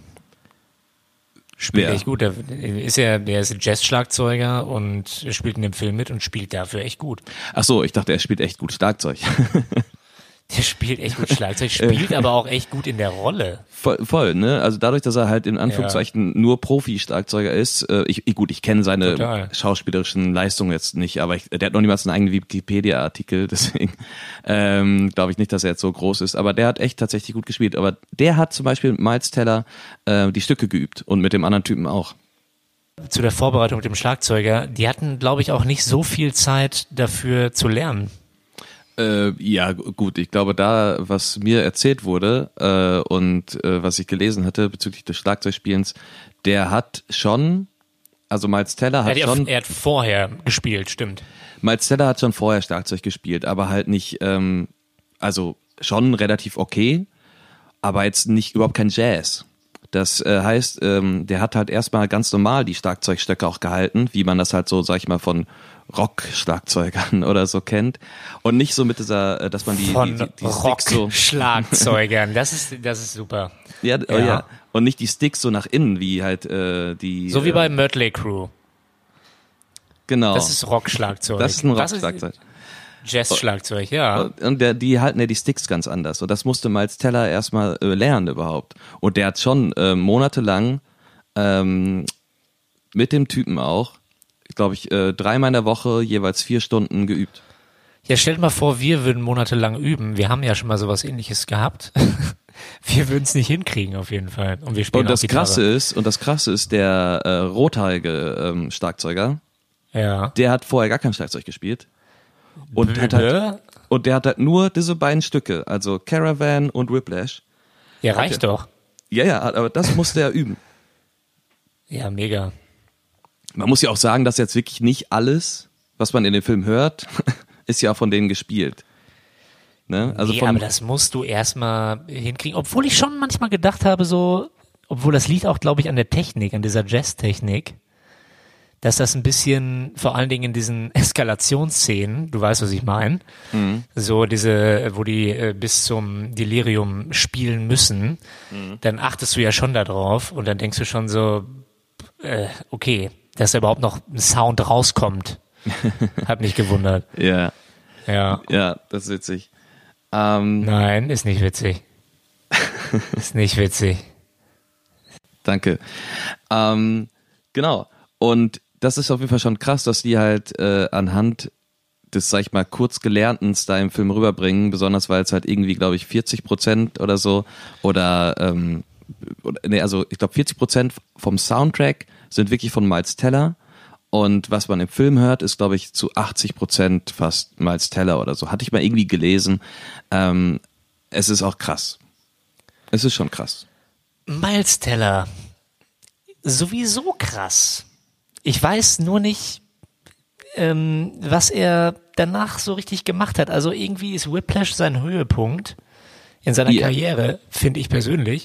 Spielt echt gut. Der ist Jazz-Schlagzeuger und spielt in dem Film mit und spielt dafür echt gut. Ach so, ich dachte, er spielt echt gut Schlagzeug. Der spielt echt gut Schlagzeug, spielt aber auch echt gut in der Rolle. Voll, ne? Also dadurch, dass er halt in Anführungszeichen nur Profi-Schlagzeuger ist, ich kenne seine schauspielerischen Leistungen jetzt nicht, aber der hat noch niemals einen eigenen Wikipedia-Artikel, deswegen glaube ich nicht, dass er jetzt so groß ist, aber der hat echt tatsächlich gut gespielt. Aber der hat zum Beispiel mit Miles Teller die Stücke geübt und mit dem anderen Typen auch. Zu der Vorbereitung mit dem Schlagzeuger, die hatten, glaube ich, auch nicht so viel Zeit dafür zu lernen. Ja, gut, ich glaube da, was mir erzählt wurde und was ich gelesen hatte bezüglich des Schlagzeugspielens, der hat schon, also Miles Teller hat schon... Er hat vorher gespielt, stimmt. Miles Teller hat schon vorher Schlagzeug gespielt, aber halt nicht, also schon relativ okay, aber jetzt nicht überhaupt kein Jazz. Das heißt, der hat halt erstmal ganz normal die Schlagzeugstöcke auch gehalten, wie man das halt so, sag ich mal, von Rock-Schlagzeugern oder so kennt. Und nicht so mit dieser, dass man die Sticks so... Rock-Schlagzeugern, das ist super. Ja, ja. Oh ja. Und nicht die Sticks so nach innen, wie halt die... So wie bei Mötley Crüe. Genau. Das ist Rock-Schlagzeug. Das ist ein Rock-Schlagzeug. Jazz-Schlagzeug, ja. Und die halten ja die Sticks ganz anders. Und das musste Miles Teller erstmal lernen überhaupt. Und der hat schon monatelang mit dem Typen auch, glaube ich, 3-mal in der Woche jeweils 4 Stunden geübt. Ja, stell dir mal vor, wir würden monatelang üben. Wir haben ja schon mal sowas Ähnliches gehabt. Wir würden es nicht hinkriegen, auf jeden Fall. Und wir spielen und auch Gitarre. Das Krasse ist, der rothaarige Schlagzeuger, ja. Der hat vorher gar kein Schlagzeug gespielt. Und der hat halt nur diese beiden Stücke, also Caravan und Whiplash. Ja, reicht doch. Ja, aber das musste er üben. Ja, mega. Man muss ja auch sagen, dass jetzt wirklich nicht alles, was man in dem Film hört, ist ja auch von denen gespielt. Ne? Also aber das musst du erstmal hinkriegen. Obwohl ich schon manchmal gedacht habe, so, obwohl das liegt auch, glaube ich, an der Technik, an dieser Jazz-Technik, dass das ein bisschen, vor allen Dingen in diesen Eskalationsszenen, du weißt, was ich meine, so diese, wo die bis zum Delirium spielen müssen, dann achtest du ja schon da drauf und dann denkst du schon so, okay, dass da überhaupt noch ein Sound rauskommt, hat mich gewundert. Ja. Ja. Ja, das ist witzig. Nein, ist nicht witzig. Ist nicht witzig. Danke. Genau. Und das ist auf jeden Fall schon krass, dass die halt anhand des, sag ich mal, kurz Gelernten da im Film rüberbringen, besonders weil es halt irgendwie, glaube ich, 40% oder so also ich glaube 40% vom Soundtrack sind wirklich von Miles Teller und was man im Film hört, ist, glaube ich, zu 80% fast Miles Teller oder so. Hatte ich mal irgendwie gelesen. Es ist auch krass. Es ist schon krass. Miles Teller. Sowieso krass. Ich weiß nur nicht, was er danach so richtig gemacht hat. Also irgendwie ist Whiplash sein Höhepunkt in seiner Karriere, finde ich persönlich.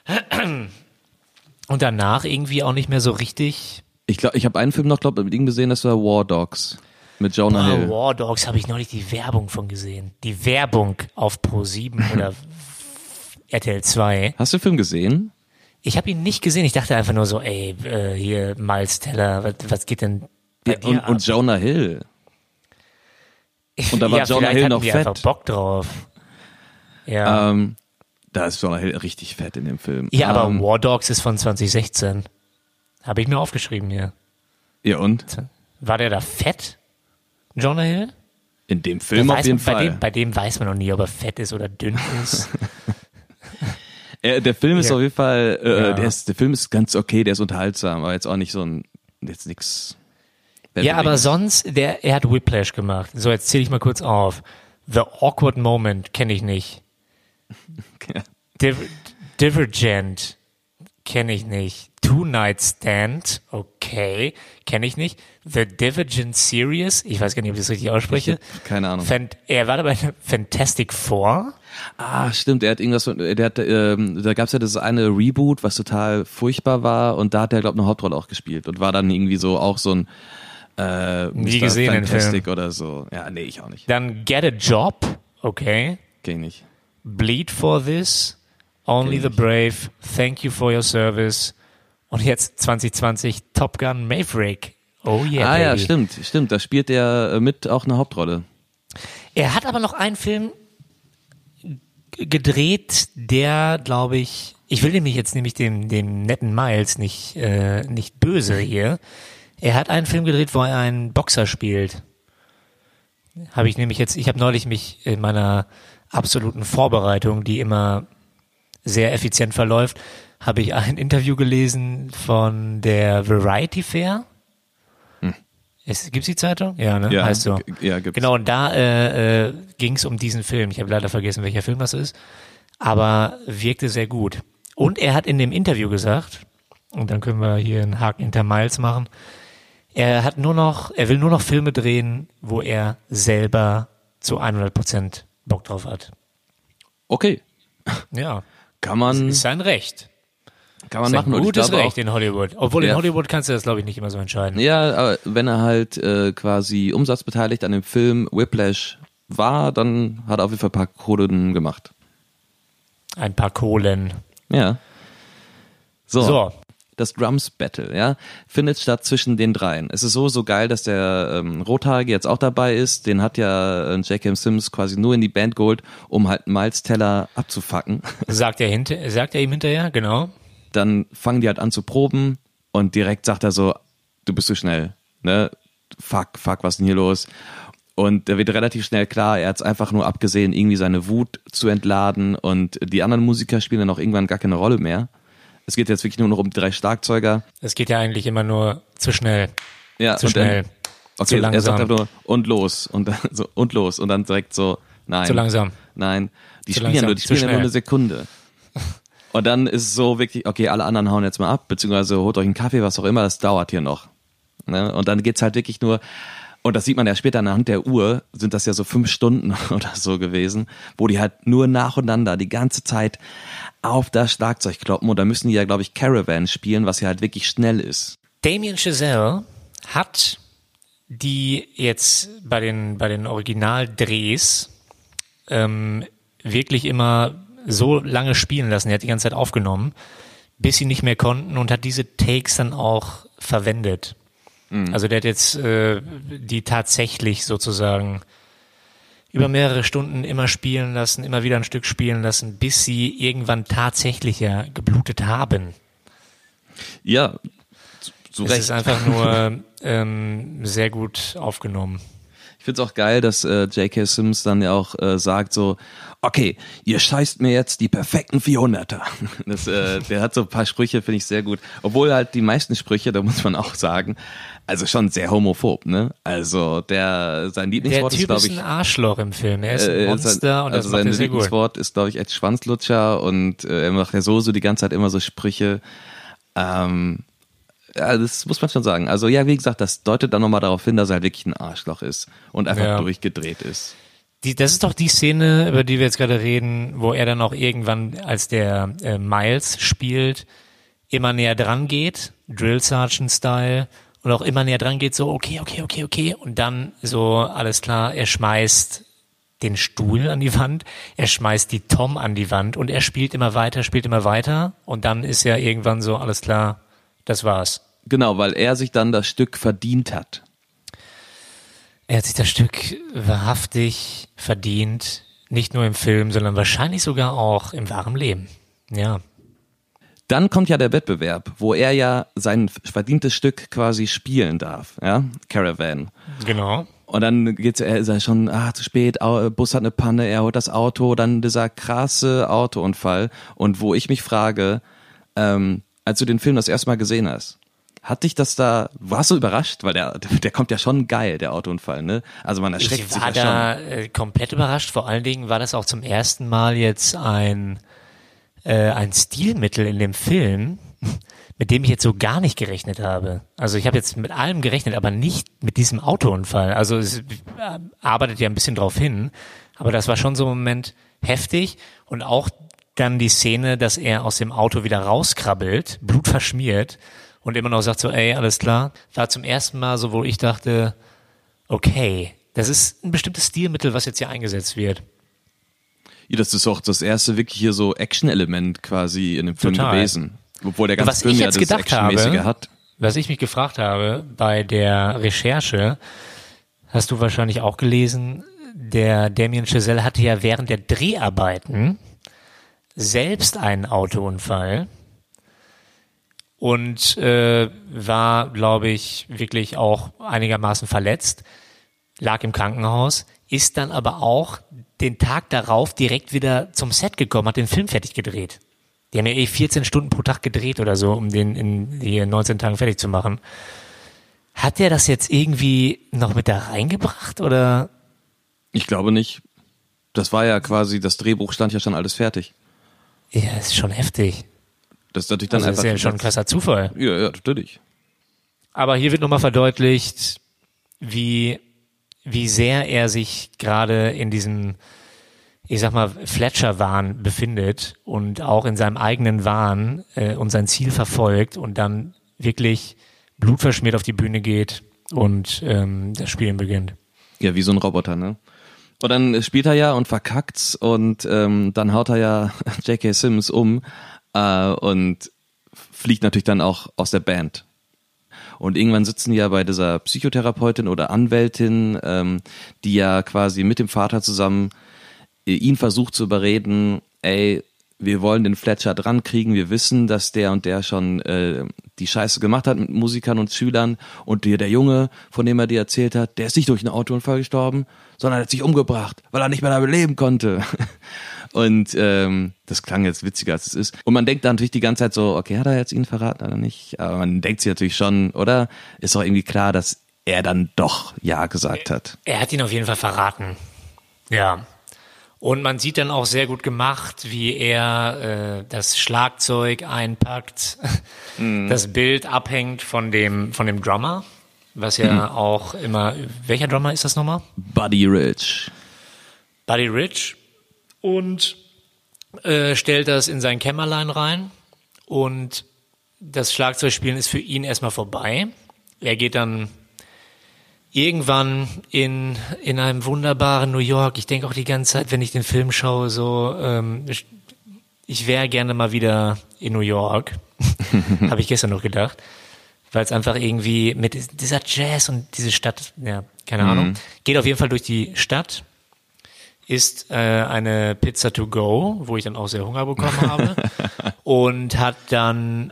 Und danach irgendwie auch nicht mehr so richtig. Ich glaube, ich habe einen Film noch, mit ihm gesehen, das war War Dogs mit Jonah Hill. War Dogs habe ich neulich die Werbung von gesehen. Die Werbung auf Pro7 oder RTL 2. Hast du den Film gesehen? Ich habe ihn nicht gesehen. Ich dachte einfach nur so, ey, hier Miles Teller, was geht denn bei dir ab? Und Jonah Hill. Und da war Jonah Hill noch fett. Einfach Bock drauf. Ja. Da ist Jonah Hill richtig fett in dem Film. Ja, aber War Dogs ist von 2016. Habe ich mir aufgeschrieben hier. Ja, und? War der da fett, Jonah Hill? In dem Film auf jeden Fall. Bei dem weiß man noch nie, ob er fett ist oder dünn ist. Der Film ist auf jeden Fall, der Film ist ganz okay, der ist unterhaltsam, aber jetzt auch nicht so jetzt nix. Ja, aber sonst, er hat Whiplash gemacht. So, jetzt zähle ich mal kurz auf. The Awkward Moment kenne ich nicht. Ja. Divergent kenne ich nicht. Two Night Stand, okay, kenne ich nicht. The Divergent Series, ich weiß gar nicht, ob ich das richtig ausspreche. Keine Ahnung. Er war dabei Fantastic Four. Ah, stimmt, er hat irgendwas, da gab's ja das eine Reboot, was total furchtbar war und da hat er, glaube ich, eine Hauptrolle auch gespielt und war dann irgendwie so auch so ein nie gesehen Fantastic oder so. Ja, nee, ich auch nicht. Dann Get a Job, okay. Kenn ich nicht. Bleed for This, Only the Brave, Thank You for Your Service und jetzt 2020 Top Gun Maverick. Oh yeah, baby. Ja, stimmt, da spielt er mit auch eine Hauptrolle. Er hat aber noch einen Film gedreht, der, glaube ich will nämlich jetzt dem netten Miles nicht böse hier. Er hat einen Film gedreht, wo er einen Boxer spielt. Ich habe neulich mich in meiner absoluten Vorbereitung, die immer sehr effizient verläuft, habe ich ein Interview gelesen von der Variety Fair. Gibt's die Zeitung? Ja, ne? Ja, Heißt so. Ja, gibt's. Genau, und da ging es um diesen Film. Ich habe leider vergessen, welcher Film das ist, aber wirkte sehr gut. Und er hat in dem Interview gesagt, und dann können wir hier einen Haken hinter Miles machen, er will nur noch Filme drehen, wo er selber zu 100% Bock drauf hat. Okay. Ja. Kann man. Das ist sein Recht. Kann man Das ist machen. ein Und ich gutes glaube Recht in Hollywood. Obwohl Ja. in Hollywood kannst du das, glaube ich, nicht immer so entscheiden. Ja, aber wenn er halt quasi umsatzbeteiligt an dem Film Whiplash war, dann hat er auf jeden Fall ein paar Kohlen gemacht. Ein paar Kohlen. Ja. So. So. Das Drums Battle, ja, findet statt zwischen den dreien. Es ist so geil, dass der Rothaarige jetzt auch dabei ist. Den hat ja J.K. Simmons quasi nur in die Band geholt, um halt Miles Teller abzufacken. Sagt er ihm hinterher, genau. Dann fangen die halt an zu proben und direkt sagt er so, du bist zu schnell, ne? Fuck, was ist denn hier los? Und da wird relativ schnell klar, er hat es einfach nur abgesehen, irgendwie seine Wut zu entladen und die anderen Musiker spielen dann auch irgendwann gar keine Rolle mehr. Es geht jetzt wirklich nur noch um die 3 Schlagzeuger. Es geht ja eigentlich immer nur zu schnell. Ja, Zu und schnell. Dann, okay, Zu langsam. er sagt einfach nur und los und dann so und los und dann direkt so nein. Zu langsam. Nein, die Zu spielen ja langsam, nur, die zu spielen ja nur schnell. eine Sekunde. Und dann ist es so wirklich, okay, alle anderen hauen jetzt mal ab, beziehungsweise holt euch einen Kaffee, was auch immer, das dauert hier noch. Ne? Und dann geht's halt wirklich nur, und das sieht man ja später anhand der Uhr, sind das ja so 5 Stunden oder so gewesen, wo die halt nur nacheinander die ganze Zeit auf das Schlagzeug kloppen und da müssen die ja, glaube ich, Caravan spielen, was ja halt wirklich schnell ist. Damien Chazelle hat die jetzt bei den Originaldrehs wirklich immer so lange spielen lassen, er hat die ganze Zeit aufgenommen, bis sie nicht mehr konnten und hat diese Takes dann auch verwendet. Also der hat jetzt die tatsächlich sozusagen über mehrere Stunden immer spielen lassen, immer wieder ein Stück spielen lassen, bis sie irgendwann tatsächlich ja geblutet haben. Ja, zu Es Recht. ist einfach nur sehr gut aufgenommen. Ich find's auch geil, dass J.K. Simmons dann ja auch sagt so, okay, ihr scheißt mir jetzt die perfekten 400er. Der hat so ein paar Sprüche, finde ich sehr gut. Obwohl halt die meisten Sprüche, da muss man auch sagen, also schon sehr homophob, ne? Also sein Lieblingswort Der Typ ist, glaube ist ich, ein Arschloch im Film. Er ist ein Monster und das macht sein er sehr gut. Lieblingswort ist, glaube ich, echt Schwanzlutscher und er macht ja so die ganze Zeit immer so Sprüche. Ja, das muss man schon sagen. Also ja, wie gesagt, das deutet dann nochmal darauf hin, dass er halt wirklich ein Arschloch ist und einfach durchgedreht ist. Das ist doch die Szene, über die wir jetzt gerade reden, wo er dann auch irgendwann, als der Miles spielt, immer näher dran geht, Drill Sergeant Style, und auch immer näher dran geht, so okay, und dann so, alles klar, er schmeißt den Stuhl an die Wand, er schmeißt die Tom an die Wand und er spielt immer weiter und dann ist ja irgendwann so, alles klar, das war's. Genau, weil er sich dann das Stück verdient hat. Er hat sich das Stück wahrhaftig verdient, nicht nur im Film, sondern wahrscheinlich sogar auch im wahren Leben. Ja. Dann kommt ja der Wettbewerb, wo er ja sein verdientes Stück quasi spielen darf, ja, Caravan. Genau. Und dann ist er schon, zu spät, Bus hat eine Panne, er holt das Auto, dann dieser krasse Autounfall. Und wo ich mich frage, als du den Film das erste Mal gesehen hast, warst du überrascht? Weil der kommt ja schon geil, der Autounfall, ne? Also man erschreckt sich ja schon. Ich war da komplett überrascht. Vor allen Dingen war das auch zum ersten Mal jetzt ein Stilmittel in dem Film, mit dem ich jetzt so gar nicht gerechnet habe. Also ich habe jetzt mit allem gerechnet, aber nicht mit diesem Autounfall. Also es arbeitet ja ein bisschen drauf hin, aber das war schon so ein Moment heftig und auch dann die Szene, dass er aus dem Auto wieder rauskrabbelt, blutverschmiert und immer noch sagt so, ey, alles klar. War zum ersten Mal so, wo ich dachte, okay, das ist ein bestimmtes Stilmittel, was jetzt hier eingesetzt wird. Ja, das ist auch das erste wirklich hier so Action-Element quasi in dem Film Total. gewesen. Obwohl der ganze Was Film ich ja jetzt das gedacht Actionmäßige habe, hat. Was ich mich gefragt habe bei der Recherche, hast du wahrscheinlich auch gelesen, der Damien Chazelle hatte ja während der Dreharbeiten selbst einen Autounfall und war, glaube ich, wirklich auch einigermaßen verletzt, lag im Krankenhaus, ist dann aber auch den Tag darauf direkt wieder zum Set gekommen, hat den Film fertig gedreht. Die haben ja 14 Stunden pro Tag gedreht oder so, um den in 19 Tagen fertig zu machen. Hat der das jetzt irgendwie noch mit da reingebracht oder? Ich glaube nicht. Das war ja quasi, das Drehbuch stand ja schon alles fertig. Ja, ist schon heftig. Das ist natürlich dann Also einfach. ist ja schon ein krasser Zufall. Ja, natürlich. Aber hier wird nochmal verdeutlicht, wie sehr er sich gerade in diesem, ich sag mal, Fletcher-Wahn befindet und auch in seinem eigenen Wahn und sein Ziel verfolgt und dann wirklich blutverschmiert auf die Bühne geht und das Spielen beginnt. Ja, wie so ein Roboter, ne? Und dann spielt er ja und verkackt's und dann haut er ja J.K. Simmons um und fliegt natürlich dann auch aus der Band. Und irgendwann sitzen die ja bei dieser Psychotherapeutin oder Anwältin, die ja quasi mit dem Vater zusammen ihn versucht zu überreden, ey, wir wollen den Fletcher dran kriegen, wir wissen, dass der und der schon die Scheiße gemacht hat mit Musikern und Schülern und der Junge, von dem er dir erzählt hat, der ist nicht durch einen Autounfall gestorben, sondern hat sich umgebracht, weil er nicht mehr damit leben konnte. Und das klang jetzt witziger, als es ist. Und man denkt dann natürlich die ganze Zeit so, okay, hat er jetzt ihn verraten oder nicht? Aber man denkt sich natürlich schon, oder? Ist doch irgendwie klar, dass er dann doch Ja gesagt hat. Er hat ihn auf jeden Fall verraten. Ja. Und man sieht dann auch sehr gut gemacht, wie er das Schlagzeug einpackt, das Bild abhängt von dem Drummer, was ja auch immer, welcher Drummer ist das nochmal? Buddy Rich. Buddy Rich. Und stellt das in sein Kämmerlein rein und das Schlagzeugspielen ist für ihn erstmal vorbei. Er geht dann irgendwann in einem wunderbaren New York. Ich denke auch die ganze Zeit, wenn ich den Film schaue, so ich wäre gerne mal wieder in New York. Habe ich gestern noch gedacht. Weil es einfach irgendwie mit dieser Jazz und diese Stadt, ja, keine Ahnung, geht auf jeden Fall durch die Stadt, isst eine Pizza to go, wo ich dann auch sehr Hunger bekommen habe und hat dann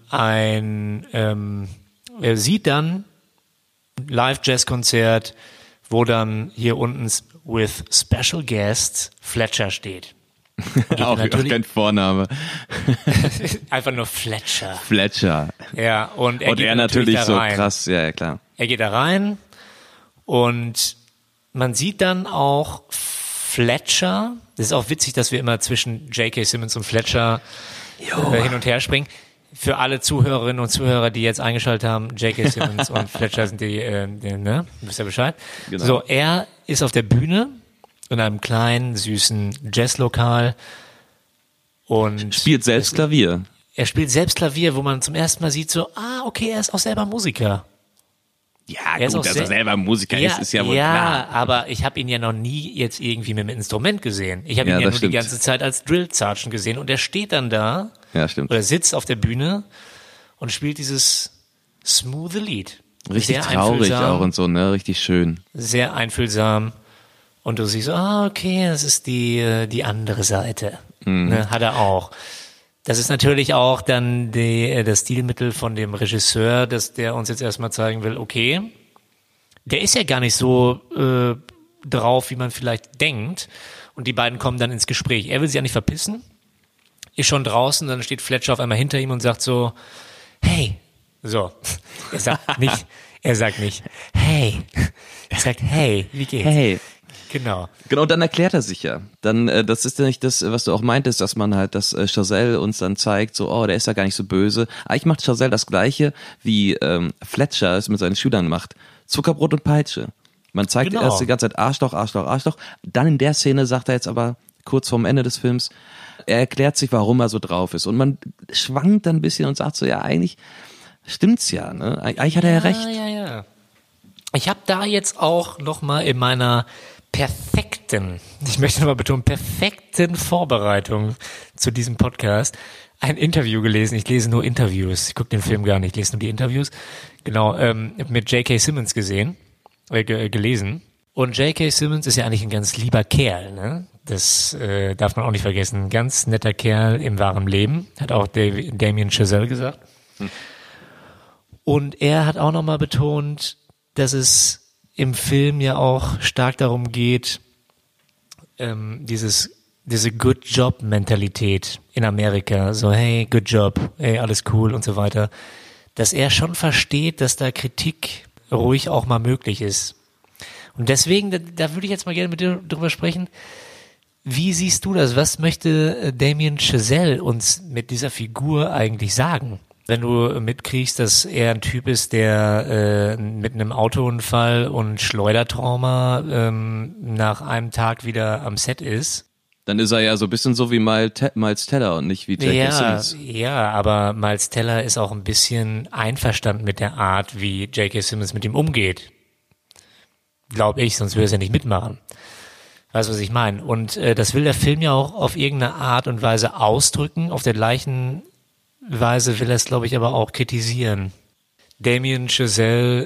er sieht dann Live-Jazz-Konzert, wo dann hier unten with Special Guest Fletcher steht. Auch kein Vorname. Einfach nur Fletcher. Fletcher. Ja, und er geht natürlich da so rein. Krass, ja, klar. Er geht da rein und man sieht dann auch Fletcher. Das ist auch witzig, dass wir immer zwischen J.K. Simmons und Fletcher hin und her springen. Für alle Zuhörerinnen und Zuhörer, die jetzt eingeschaltet haben, J.K. Simmons und Fletcher sind die, ne? Du wisst ja Bescheid. Genau. So, er ist auf der Bühne in einem kleinen, süßen Jazzlokal und spielt selbst Klavier. Er spielt selbst Klavier, wo man zum ersten Mal sieht, so, okay, er ist auch selber Musiker. Ja, gut, dass er selber Musiker ist ja wohl klar. Ja, aber ich habe ihn ja noch nie jetzt irgendwie mit einem Instrument gesehen. Ich habe ihn ja nur die ganze Zeit als Drill Sergeant gesehen und er steht dann da oder sitzt auf der Bühne und spielt dieses smooth Lied. Richtig sehr traurig auch und so, ne? Richtig schön. Sehr einfühlsam. Und du siehst, okay, das ist die andere Seite. Ne, hat er auch. Das ist natürlich auch dann das Stilmittel von dem Regisseur, dass der uns jetzt erstmal zeigen will, okay, der ist ja gar nicht so drauf, wie man vielleicht denkt. Und die beiden kommen dann ins Gespräch. Er will sich ja nicht verpissen, ist schon draußen, dann steht Fletcher auf einmal hinter ihm und sagt so, hey, so. Er sagt nicht, hey. Er sagt, hey, wie geht's? Hey. Genau, dann erklärt er sich ja. Dann, das ist ja nicht das, was du auch meintest, dass man halt, dass Chazelle uns dann zeigt, so, der ist ja gar nicht so böse. Eigentlich macht Chazelle das Gleiche, wie Fletcher es mit seinen Schülern macht. Zuckerbrot und Peitsche. Man zeigt erst die ganze Zeit Arschloch, Arschloch, Arschloch. Dann in der Szene sagt er jetzt aber, kurz vorm Ende des Films, er erklärt sich, warum er so drauf ist. Und man schwankt dann ein bisschen und sagt so, ja, eigentlich stimmt's ja, ne? Eigentlich hat er ja recht. Ja. Ich habe da jetzt auch nochmal in meiner ich möchte nochmal betonen, perfekten Vorbereitung zu diesem Podcast ein Interview gelesen. Ich lese nur Interviews. Ich gucke den Film gar nicht, ich lese nur die Interviews. Genau, mit J.K. Simmons gelesen. Und J.K. Simmons ist ja eigentlich ein ganz lieber Kerl, ne? Das darf man auch nicht vergessen. Ein ganz netter Kerl im wahren Leben, hat auch Damien Chazelle gesagt. Und er hat auch nochmal betont, dass es im Film ja auch stark darum geht, diese Good Job Mentalität in Amerika, so hey, good job, hey, alles cool und so weiter, dass er schon versteht, dass da Kritik ruhig auch mal möglich ist. Und deswegen, da würde ich jetzt mal gerne mit dir drüber sprechen. Wie siehst du das? Was möchte Damien Chazelle uns mit dieser Figur eigentlich sagen? Wenn du mitkriegst, dass er ein Typ ist, der mit einem Autounfall und Schleudertrauma nach einem Tag wieder am Set ist. Dann ist er ja so ein bisschen so wie Miles Teller und nicht wie J.K. Simmons. Ja, aber Miles Teller ist auch ein bisschen einverstanden mit der Art, wie J.K. Simmons mit ihm umgeht. Glaube ich, sonst würde er es ja nicht mitmachen. Weißt du, was ich meine? Und das will der Film ja auch auf irgendeine Art und Weise ausdrücken. Auf der gleichen Weise will er es, glaube ich, aber auch kritisieren. Damien Chazelle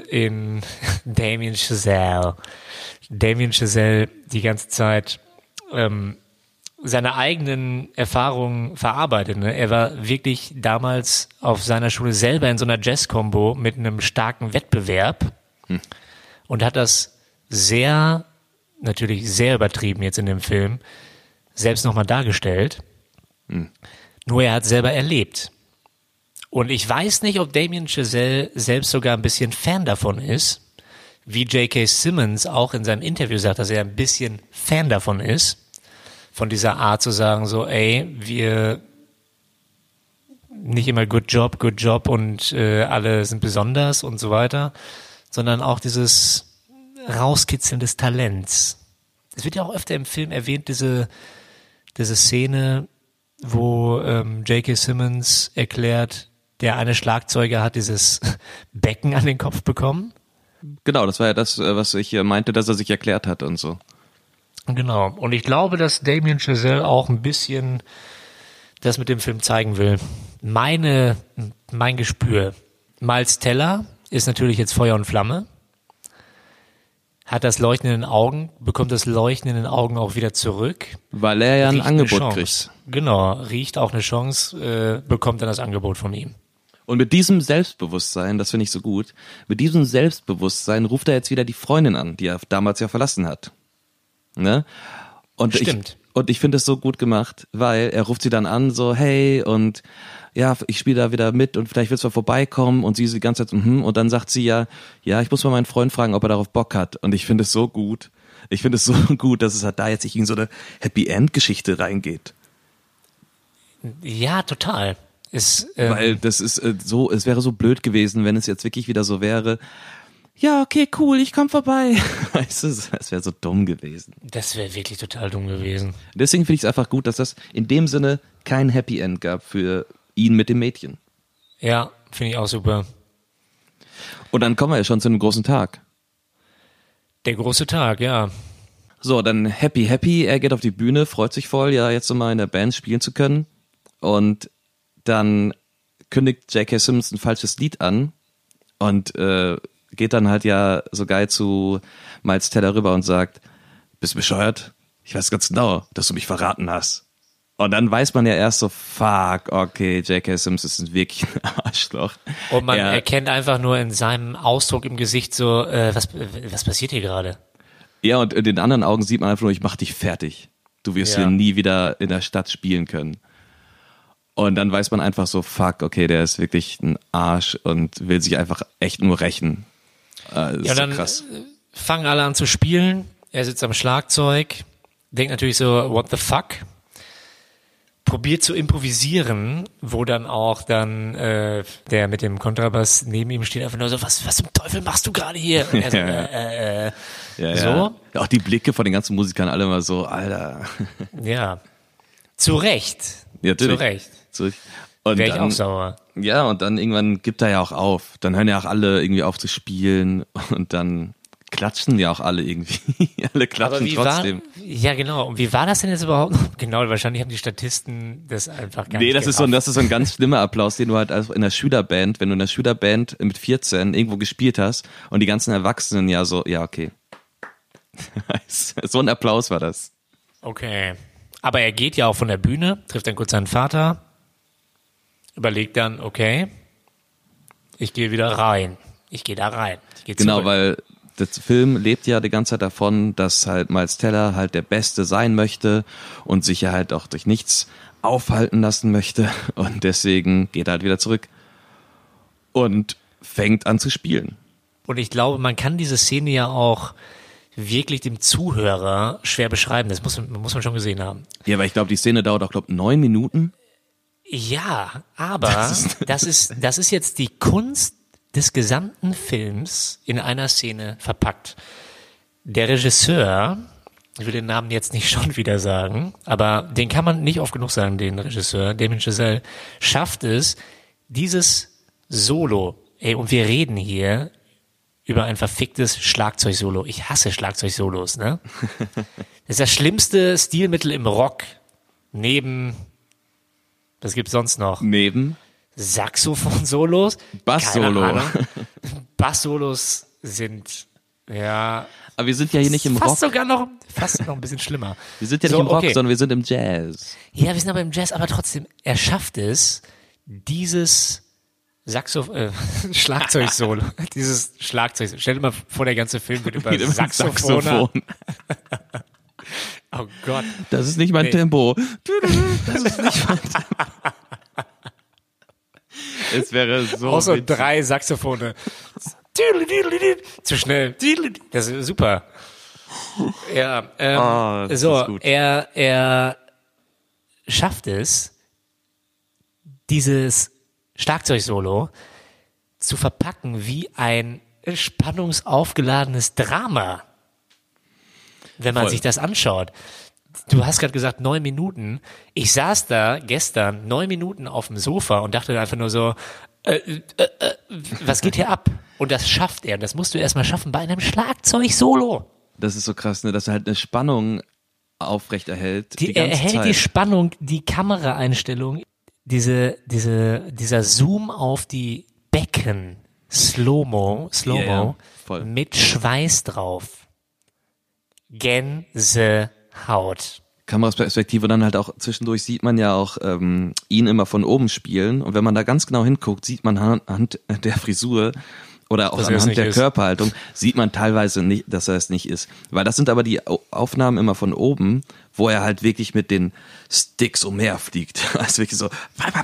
die ganze Zeit seine eigenen Erfahrungen verarbeitet. Ne? Er war wirklich damals auf seiner Schule selber in so einer Jazz-Combo mit einem starken Wettbewerb und hat das natürlich sehr übertrieben jetzt in dem Film, selbst nochmal dargestellt. Nur er hat selber erlebt. Und ich weiß nicht, ob Damien Chazelle selbst sogar ein bisschen Fan davon ist, wie J.K. Simmons auch in seinem Interview sagt, dass er ein bisschen Fan davon ist, von dieser Art zu sagen, so, ey, wir nicht immer good job und alle sind besonders und so weiter, sondern auch dieses Rauskitzeln des Talents. Es wird ja auch öfter im Film erwähnt, diese Szene, wo J.K. Simmons erklärt, der eine Schlagzeuger hat dieses Becken an den Kopf bekommen. Genau, das war ja das, was ich meinte, dass er sich erklärt hat und so. Genau. Und ich glaube, dass Damien Chazelle auch ein bisschen das mit dem Film zeigen will. Mein Gespür. Miles Teller ist natürlich jetzt Feuer und Flamme. Hat das Leuchten in den Augen, bekommt das Leuchten in den Augen auch wieder zurück. Weil er ja ein Angebot kriegt. Genau, riecht auch eine Chance, bekommt dann das Angebot von ihm. Und mit diesem Selbstbewusstsein, das finde ich so gut, mit diesem Selbstbewusstsein ruft er jetzt wieder die Freundin an, die er damals ja verlassen hat. Ne? Und stimmt. Ich finde es so gut gemacht, weil er ruft sie dann an, so, hey, und ja, ich spiele da wieder mit und vielleicht willst du mal vorbeikommen, und sie die ganze Zeit, und dann sagt sie ja, ich muss mal meinen Freund fragen, ob er darauf Bock hat. Und ich finde es so gut. Ich finde es so gut, dass es halt da jetzt nicht in so eine Happy-End-Geschichte reingeht. Ja, total. Weil das ist es wäre so blöd gewesen, wenn es jetzt wirklich wieder so wäre, ja, okay, cool, ich komm vorbei. Weißt du, das wäre so dumm gewesen. Das wäre wirklich total dumm gewesen. Deswegen finde ich es einfach gut, dass das in dem Sinne kein Happy End gab für ihn mit dem Mädchen. Ja, finde ich auch super. Und dann kommen wir ja schon zu einem großen Tag. Der große Tag, ja. So, dann happy, er geht auf die Bühne, freut sich voll, ja, jetzt nochmal in der Band spielen zu können. Und dann kündigt J.K. Simmons ein falsches Lied an und geht dann halt ja so geil zu Miles Teller rüber und sagt, bist du bescheuert? Ich weiß ganz genau, dass du mich verraten hast. Und dann weiß man ja erst so, fuck, okay, J.K. Simmons ist wirklich ein Arschloch. Und man erkennt einfach nur in seinem Ausdruck im Gesicht so, was passiert hier gerade? Ja, und in den anderen Augen sieht man einfach nur, ich mach dich fertig. Du wirst hier nie wieder in der Stadt spielen können. Und dann weiß man einfach so, fuck, okay, der ist wirklich ein Arsch und will sich einfach echt nur rächen. Das ist dann so krass. Fangen alle an zu spielen. Er sitzt am Schlagzeug, denkt natürlich so, what the fuck? Probiert zu improvisieren, wo dann auch der mit dem Kontrabass neben ihm steht, einfach nur so, was zum Teufel machst du gerade hier? Und er so, so. Ja. Auch die Blicke von den ganzen Musikern alle mal so, Alter. Ja. Zu Recht. Ja, zu Recht. Und wäre ich auch sauer. Ja, und dann irgendwann gibt er ja auch auf. Dann hören ja auch alle irgendwie auf zu spielen und dann klatschen ja auch alle irgendwie. Alle klatschen trotzdem. Ja, genau. Und wie war das denn jetzt überhaupt noch? Genau, wahrscheinlich haben die Statisten das einfach gar nicht das ist so ein ganz schlimmer Applaus, den du halt in der Schülerband, wenn du in der Schülerband mit 14 irgendwo gespielt hast und die ganzen Erwachsenen ja so, ja, okay. So ein Applaus war das. Okay. Aber er geht ja auch von der Bühne, trifft dann kurz seinen Vater, überlegt dann, okay, ich gehe wieder rein. Ich gehe da rein. Genau, weil der Film lebt ja die ganze Zeit davon, dass halt Miles Teller halt der Beste sein möchte und sich ja halt auch durch nichts aufhalten lassen möchte. Und deswegen geht er halt wieder zurück und fängt an zu spielen. Und ich glaube, man kann diese Szene ja auch wirklich dem Zuhörer schwer beschreiben. Das muss man schon gesehen haben. Ja, aber ich glaube, die Szene dauert auch, 9 Minuten. Ja, aber das ist jetzt die Kunst des gesamten Films in einer Szene verpackt. Der Regisseur, ich will den Namen jetzt nicht schon wieder sagen, aber den kann man nicht oft genug sagen, den Regisseur, Damien Chazelle, schafft es, dieses Solo, und wir reden hier über ein verficktes Schlagzeugsolo. Ich hasse Schlagzeugsolos, ne? Das ist das schlimmste Stilmittel im Rock. Was gibt's sonst noch? Neben Saxophon-Solos? Bass-Solo. Keine Ahnung. Bass-Solos sind, ja. Aber wir sind ja hier nicht im Rock. Fast noch ein bisschen schlimmer. Wir sind ja nicht im Rock, sondern wir sind im Jazz. Ja, wir sind aber im Jazz, aber trotzdem, er schafft es, dieses Schlagzeug-Solo. Dieses Schlagzeug. Stell dir mal vor, der ganze Film wird über Saxophon. Oh Gott. Das ist nicht mein Tempo. Das ist nicht mein Tempo. Es wäre so. Auch so 3 Saxophone. Zu schnell. Das ist super. Ja, das so, ist gut. er schafft es, dieses Schlagzeugsolo zu verpacken wie ein spannungsaufgeladenes Drama, wenn man sich das anschaut. Du hast gerade gesagt 9 Minuten. Ich saß da gestern 9 Minuten auf dem Sofa und dachte einfach nur so, was geht hier ab? Und das schafft er. Das musst du erstmal schaffen bei einem Schlagzeug-Solo. Das ist so krass, ne, dass er halt eine Spannung aufrechterhält. Er hält Zeit. die Spannung, die Kameraeinstellung, dieser Zoom auf die Becken, Slow-Mo, voll. mit Schweiß drauf. Gänsehaut. Kamerasperspektive, dann halt auch zwischendurch sieht man ja auch ihn immer von oben spielen und wenn man da ganz genau hinguckt, sieht man anhand der Frisur oder auch anhand der Körperhaltung, sieht man teilweise nicht, dass er es nicht ist. Weil das sind aber die Aufnahmen immer von oben, wo er halt wirklich mit den Sticks umherfliegt. Also wirklich so.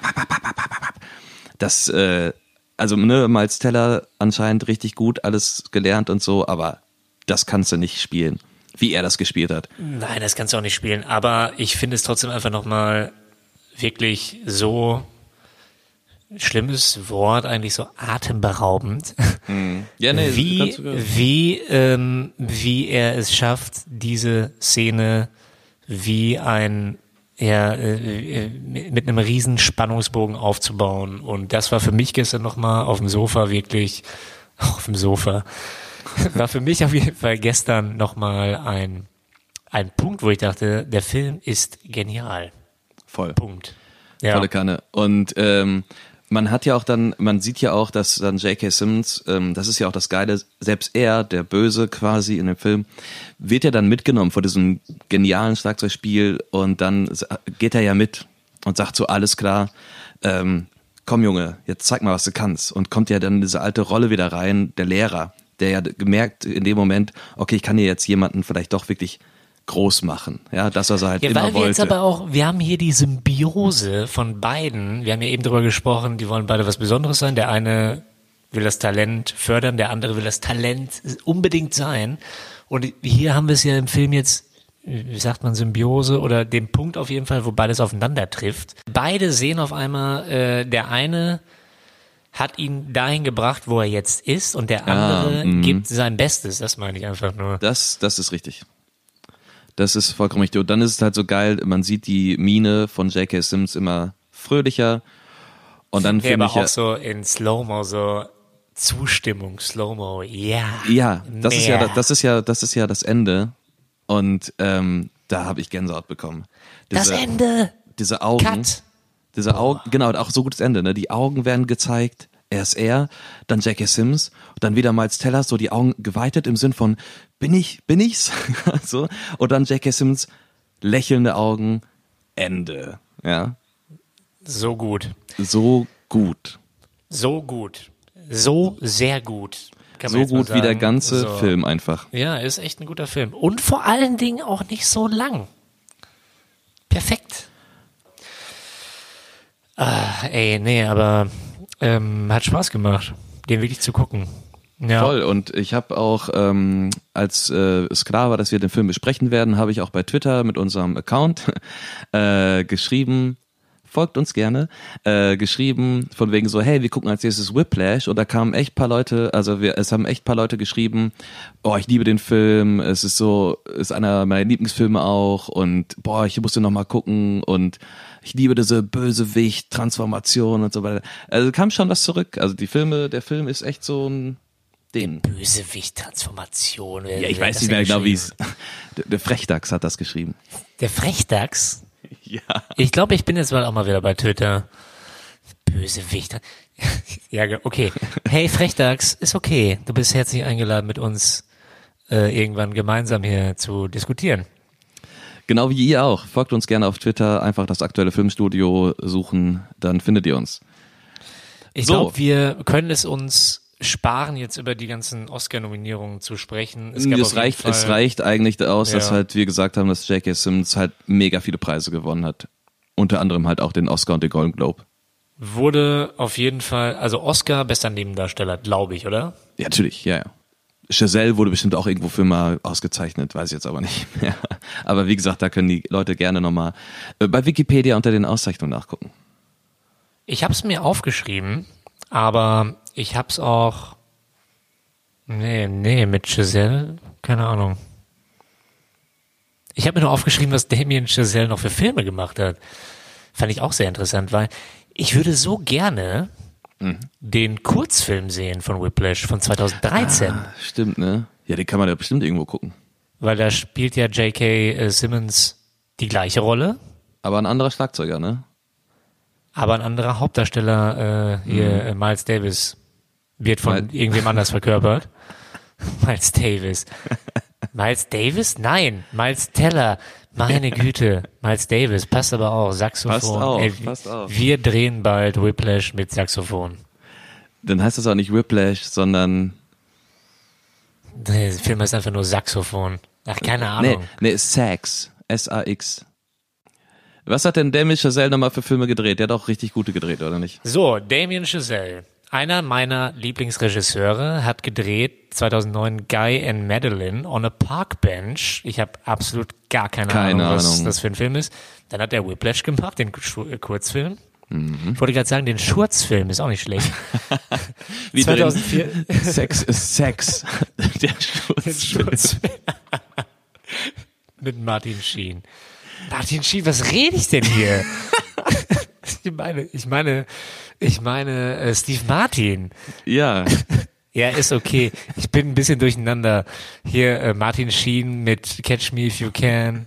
Das, also ne, Miles Teller anscheinend richtig gut, alles gelernt und so, aber das kannst du nicht spielen, wie er das gespielt hat. Nein, das kannst du auch nicht spielen, aber ich finde es trotzdem einfach nochmal wirklich so schlimmes Wort, eigentlich so atemberaubend. Ja, nee, wie er es schafft, diese Szene wie ein mit einem riesen Spannungsbogen aufzubauen. Und das war für mich gestern nochmal auf dem Sofa war für mich auf jeden Fall gestern nochmal ein Punkt, wo ich dachte, der Film ist genial. Voll. Punkt. Ja. Volle Kanne. Und man sieht ja auch, dass dann J.K. Simmons, das ist ja auch das Geile, selbst er, der Böse quasi in dem Film, wird ja dann mitgenommen vor diesem genialen Schlagzeugspiel und dann geht er ja mit und sagt so, alles klar, komm Junge, jetzt zeig mal, was du kannst. Und kommt ja dann in diese alte Rolle wieder rein, der Lehrer, der ja gemerkt in dem Moment, okay, ich kann hier jetzt jemanden vielleicht doch wirklich groß machen, ja, das, was er halt immer wollte. Jetzt aber auch, wir haben hier die Symbiose von beiden, wir haben ja eben drüber gesprochen, die wollen beide was Besonderes sein, der eine will das Talent fördern, der andere will das Talent unbedingt sein und hier haben wir es ja im Film jetzt, wie sagt man, Symbiose oder den Punkt auf jeden Fall, wo beides aufeinander trifft. Beide sehen auf einmal, der eine hat ihn dahin gebracht, wo er jetzt ist und der andere gibt sein Bestes, das meine ich einfach nur. Das ist richtig. Das ist vollkommen richtig. Und dann ist es halt so geil, man sieht die Miene von J.K. Simmons immer fröhlicher. Und dann finde ich auch so in Slow-Mo, so Zustimmung, Slow-Mo, ja. Ja, das ist ja das Ende. Und da habe ich Gänsehaut bekommen. Das Ende! Diese Augen. Cut! Diese Augen, genau, auch so gutes Ende, ne? Die Augen werden gezeigt. Erst er, dann J.K. Simmons, dann wieder Miles Teller, so die Augen geweitet im Sinn von, bin ich's? So. Und dann J.K. Simmons, lächelnde Augen, Ende. Ja. So gut. So gut. So gut. So sehr gut. So gut wie der ganze Film einfach. Ja, ist echt ein guter Film. Und vor allen Dingen auch nicht so lang. Perfekt. Aber hat Spaß gemacht, den wirklich zu gucken. Ja. Voll. Und ich habe auch, als es klar war, dass wir den Film besprechen werden, habe ich auch bei Twitter mit unserem Account geschrieben, folgt uns gerne, geschrieben von wegen so, hey, wir gucken als nächstes Whiplash, und da kamen echt paar Leute, es haben echt paar Leute geschrieben, oh, ich liebe den Film, es ist einer meiner Lieblingsfilme auch, und boah, ich musste noch mal gucken, und ich liebe diese Bösewicht-Transformation und so weiter. Also kam schon was zurück. Also der Film ist echt so ein Ding. Bösewicht-Transformation. Ja, ich weiß nicht mehr genau, wie es. Der Frechdachs hat das geschrieben. Der Frechdachs? Ja. Ich glaube, ich bin jetzt auch mal wieder bei Twitter. Bösewicht. Ja, okay. Hey, Frechdachs, ist okay. Du bist herzlich eingeladen, mit uns irgendwann gemeinsam hier zu diskutieren. Genau wie ihr auch. Folgt uns gerne auf Twitter, einfach das aktuelle Filmstudio suchen, dann findet ihr uns. Ich glaube, wir können es uns sparen, jetzt über die ganzen Oscar-Nominierungen zu sprechen. Es reicht eigentlich aus, dass halt wir gesagt haben, dass J.K. Simmons halt mega viele Preise gewonnen hat. Unter anderem halt auch den Oscar und den Golden Globe. Wurde auf jeden Fall, also Oscar, bester Nebendarsteller, glaube ich, oder? Ja, natürlich, ja. Chazelle wurde bestimmt auch irgendwo für mal ausgezeichnet, weiß ich jetzt aber nicht mehr. Aber wie gesagt, da können die Leute gerne nochmal bei Wikipedia unter den Auszeichnungen nachgucken. Ich habe es mir aufgeschrieben, aber ich habe es auch... Nee, mit Chazelle, keine Ahnung. Ich habe mir nur aufgeschrieben, was Damien Chazelle noch für Filme gemacht hat. Fand ich auch sehr interessant, weil ich würde so gerne den Kurzfilm sehen von Whiplash von 2013. Stimmt, ne? Ja, den kann man ja bestimmt irgendwo gucken. Weil da spielt ja J.K. Simmons die gleiche Rolle. Aber ein anderer Schlagzeuger, ne? Aber ein anderer Hauptdarsteller, Miles Davis, wird von irgendwem anders verkörpert. Miles Davis. Miles Davis? Nein, Miles Teller. Meine Güte, Miles Davis, passt aber auch, Saxophon. Passt auf. Wir drehen bald Whiplash mit Saxophon. Dann heißt das auch nicht Whiplash, sondern... Der Film heißt einfach nur Saxophon. Ach, keine Ahnung. Nee, Sax. S-A-X. Was hat denn Damien Chazelle nochmal für Filme gedreht? Der hat auch richtig gute gedreht, oder nicht? So, Damien Chazelle. Einer meiner Lieblingsregisseure hat gedreht 2009 Guy and Madeline on a Park Bench. Ich habe absolut gar keine Ahnung, was das für ein Film ist. Dann hat er Whiplash gemacht, den Kurzfilm. Ich wollte gerade sagen, den Schurzfilm ist auch nicht schlecht. Wie 2004. Sex ist Sex. Der Schurzfilm. Mit Martin Sheen. Martin Sheen, was rede ich denn hier? Ich meine Steve Martin. Ja. Ja, ist okay. Ich bin ein bisschen durcheinander. Hier Martin Sheen mit Catch Me If You Can.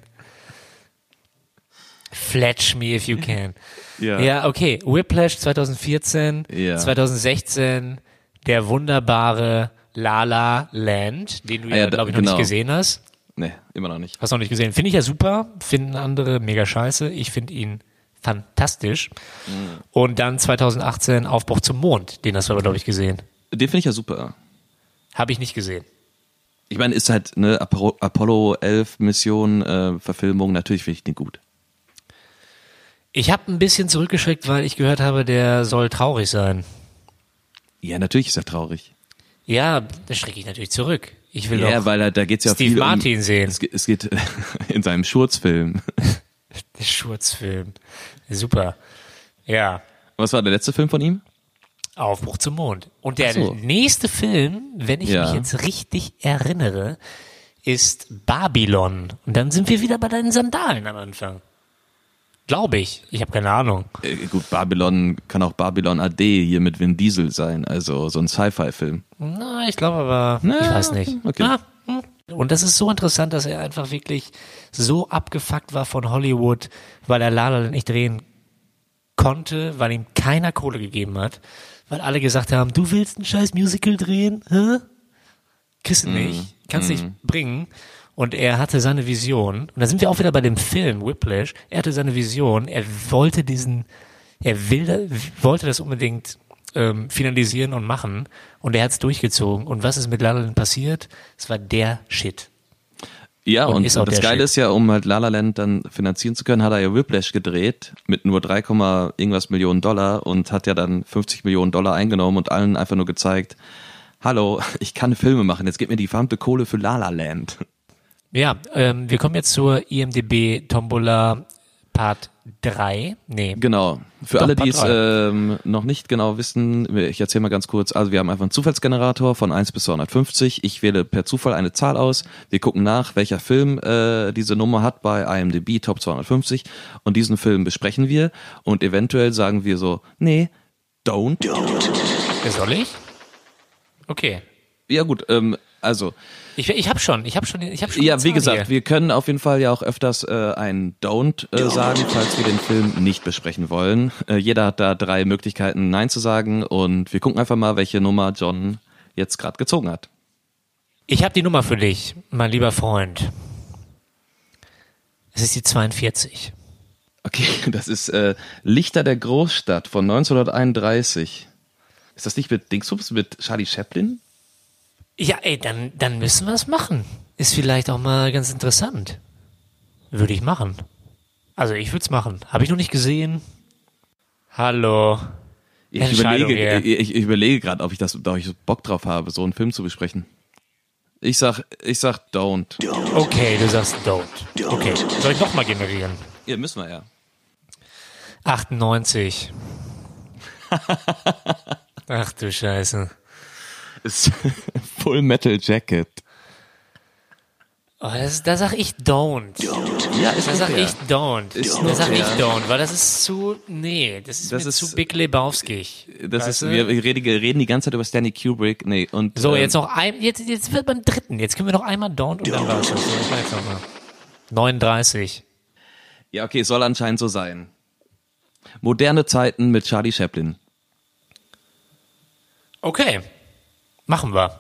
Fletch Me If You Can. Ja, okay. Whiplash 2014, 2016, der wunderbare La La Land, den du glaube ich, noch nicht gesehen hast. Nee, immer noch nicht. Hast du noch nicht gesehen. Finde ich ja super, finden andere mega scheiße. Ich finde ihn fantastisch. Und dann 2018 Aufbruch zum Mond, den hast du aber, glaube ich, gesehen. Den finde ich ja super. Habe ich nicht gesehen. Ich meine, ist halt eine Apollo 11 Mission, Verfilmung, natürlich finde ich den gut. Ich habe ein bisschen zurückgeschreckt, weil ich gehört habe, der soll traurig sein. Ja, natürlich ist er traurig. Ja, da schrecke ich natürlich zurück. Ich will doch weil da geht's ja Steve viel Martin sehen. Es geht in seinem Schurzfilm. Der Schurzfilm. Super. Ja. Was war der letzte Film von ihm? Aufbruch zum Mond. Und der nächste Film, wenn ich mich jetzt richtig erinnere, ist Babylon. Und dann sind wir wieder bei deinen Sandalen am Anfang. Glaube ich. Ich habe keine Ahnung. Gut, Babylon kann auch Babylon AD hier mit Vin Diesel sein. Also so ein Sci-Fi-Film. Na, ich glaube aber, ich weiß nicht. Okay. Und das ist so interessant, dass er einfach wirklich so abgefuckt war von Hollywood, weil er La La Land nicht drehen konnte, weil ihm keiner Kohle gegeben hat, weil alle gesagt haben, du willst ein scheiß Musical drehen? Hä? Kriegst du nicht, kannst nicht bringen. Und er hatte seine Vision, und da sind wir auch wieder bei dem Film Whiplash, er hatte seine Vision, er wollte das unbedingt finalisieren und machen, und er hat es durchgezogen. Und was ist mit La La Land passiert? Es war der Shit. Ja, und das Geile ist ja, um halt La La Land dann finanzieren zu können, hat er ja Whiplash gedreht mit nur 3, irgendwas Millionen Dollar und hat ja dann $50 Millionen eingenommen und allen einfach nur gezeigt, hallo, ich kann Filme machen, jetzt gib mir die verdammte Kohle für La La Land. Ja, wir kommen jetzt zur IMDb Tombola Part 3. Nee. Genau. Für Doch, alle, die Part es noch nicht genau wissen, ich erzähle mal ganz kurz. Also wir haben einfach einen Zufallsgenerator von 1 bis 250. Ich wähle per Zufall eine Zahl aus. Wir gucken nach, welcher Film diese Nummer hat bei IMDb Top 250. Und diesen Film besprechen wir. Und eventuell sagen wir so, nee, don't. Soll ich? Okay. Ja gut, also... Ich hab schon. Ja, eine wie Zahl gesagt, hier. wir können auf jeden Fall ja auch öfters ein Don't sagen, falls wir den Film nicht besprechen wollen. Jeder hat da 3 Möglichkeiten, Nein zu sagen und wir gucken einfach mal, welche Nummer John jetzt gerade gezogen hat. Ich habe die Nummer für dich, mein lieber Freund. Es ist die 42. Okay, das ist Lichter der Großstadt von 1931. Ist das nicht mit Dingsbums, mit Charlie Chaplin? Ja, ey, dann müssen wir es machen. Ist vielleicht auch mal ganz interessant. Würde ich machen. Also ich würde es machen. Habe ich noch nicht gesehen. Hallo. Ich überlege gerade, ob ich Bock drauf habe, so einen Film zu besprechen. Ich sag don't. Okay, du sagst don't. Okay, soll ich nochmal generieren? Ja, müssen wir ja. 98. Ach du Scheiße. Ist Full Metal Jacket. Oh, da sag ich don't. Ja, ist Da sag okay. ich don't. Ist Da sag okay. ich don't, weil das ist zu, das ist mir zu Big Lebowski. Wir reden die ganze Zeit über Stanley Kubrick. Nee, und, So, jetzt noch jetzt wird beim dritten. Jetzt können wir noch einmal don't und dann war's das. So, ich mach jetzt noch mal. 39. Ja, okay, es soll anscheinend so sein. Moderne Zeiten mit Charlie Chaplin. Okay. Machen wir.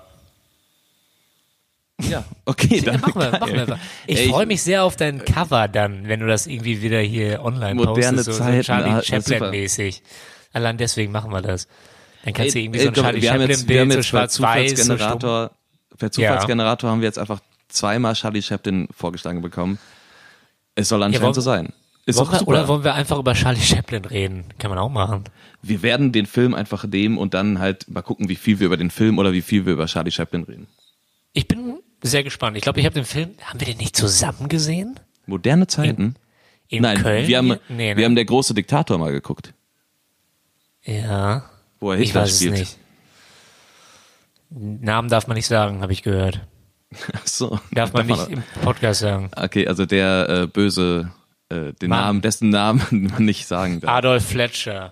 Ja, okay, dann Machen wir. Ich freue mich sehr auf dein Cover dann, wenn du das irgendwie wieder hier online Moderne postest. So Zeiten, Charlie super. Chaplin-mäßig. Allein deswegen machen wir das. Dann kannst du irgendwie so ein komm, Charlie wir haben Chaplin-Bild, so jetzt per schwarz-weiß. So Zufallsgenerator haben wir jetzt einfach 2-mal Charlie Chaplin vorgeschlagen bekommen. Es soll anscheinend so sein. Ist doch super. Oder wollen wir einfach über Charlie Chaplin reden? Kann man auch machen. Wir werden den Film einfach nehmen und dann halt mal gucken, wie viel wir über den Film oder wie viel wir über Charlie Chaplin reden. Ich bin sehr gespannt. Ich glaube, ich habe den Film, haben wir den nicht zusammen gesehen? Moderne Zeiten? In Nein, Köln? wir haben, Nee, wir haben Der große Diktator mal geguckt, Ja. wo er Ich Hitler weiß spielt. es nicht. Namen darf man nicht sagen, habe ich gehört. Ach so. Darf man nicht im Podcast sagen. Okay, also der böse, dessen Namen man nicht sagen darf. Adolf Fletcher.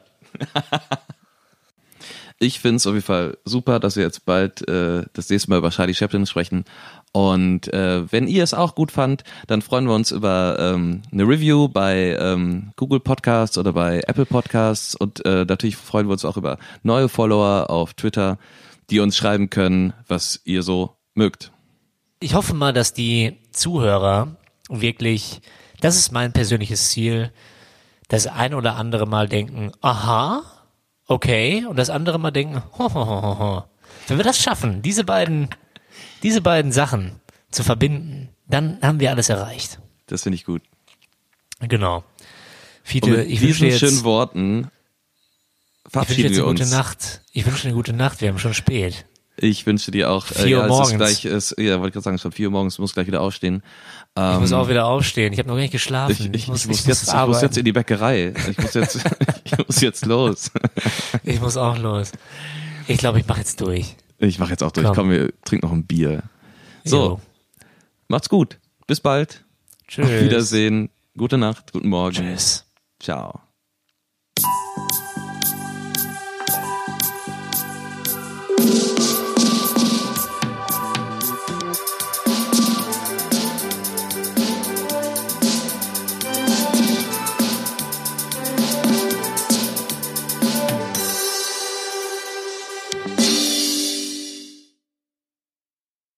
Ich finde es auf jeden Fall super, dass wir jetzt bald das nächste Mal über Charlie Chaplin sprechen. Und wenn ihr es auch gut fand, dann freuen wir uns über eine Review bei Google Podcasts oder bei Apple Podcasts. Und natürlich freuen wir uns auch über neue Follower auf Twitter, die uns schreiben können, was ihr so mögt. Ich hoffe mal, dass die Zuhörer wirklich, das ist mein persönliches Ziel, das ein oder andere Mal denken, aha, okay, und das andere Mal denken, ho, ho, ho, ho, ho. Wenn wir das schaffen, diese beiden Sachen zu verbinden, dann haben wir alles erreicht. Das finde ich gut. Genau. Und Fiete, mit ich wünsche diesen dir schönen jetzt, Worten verabschieden eine wir gute uns. Nacht. Ich wünsche eine gute Nacht, wir haben schon spät. Ich wünsche dir auch 4 Uhr es morgens. ist gleich, wollte ich gerade sagen, schon 4 Uhr morgens, muss gleich wieder aufstehen. Ich muss auch wieder aufstehen, ich habe noch gar nicht geschlafen. Ich muss arbeiten. jetzt in die Bäckerei. Ich muss jetzt los. Ich muss auch los. Ich glaube, ich mache jetzt durch. Ich mache jetzt auch durch. Komm, wir trinken noch ein Bier. So, Jo. macht's gut. Bis bald. Tschüss. Auf Wiedersehen. Gute Nacht, guten Morgen. Tschüss. Ciao.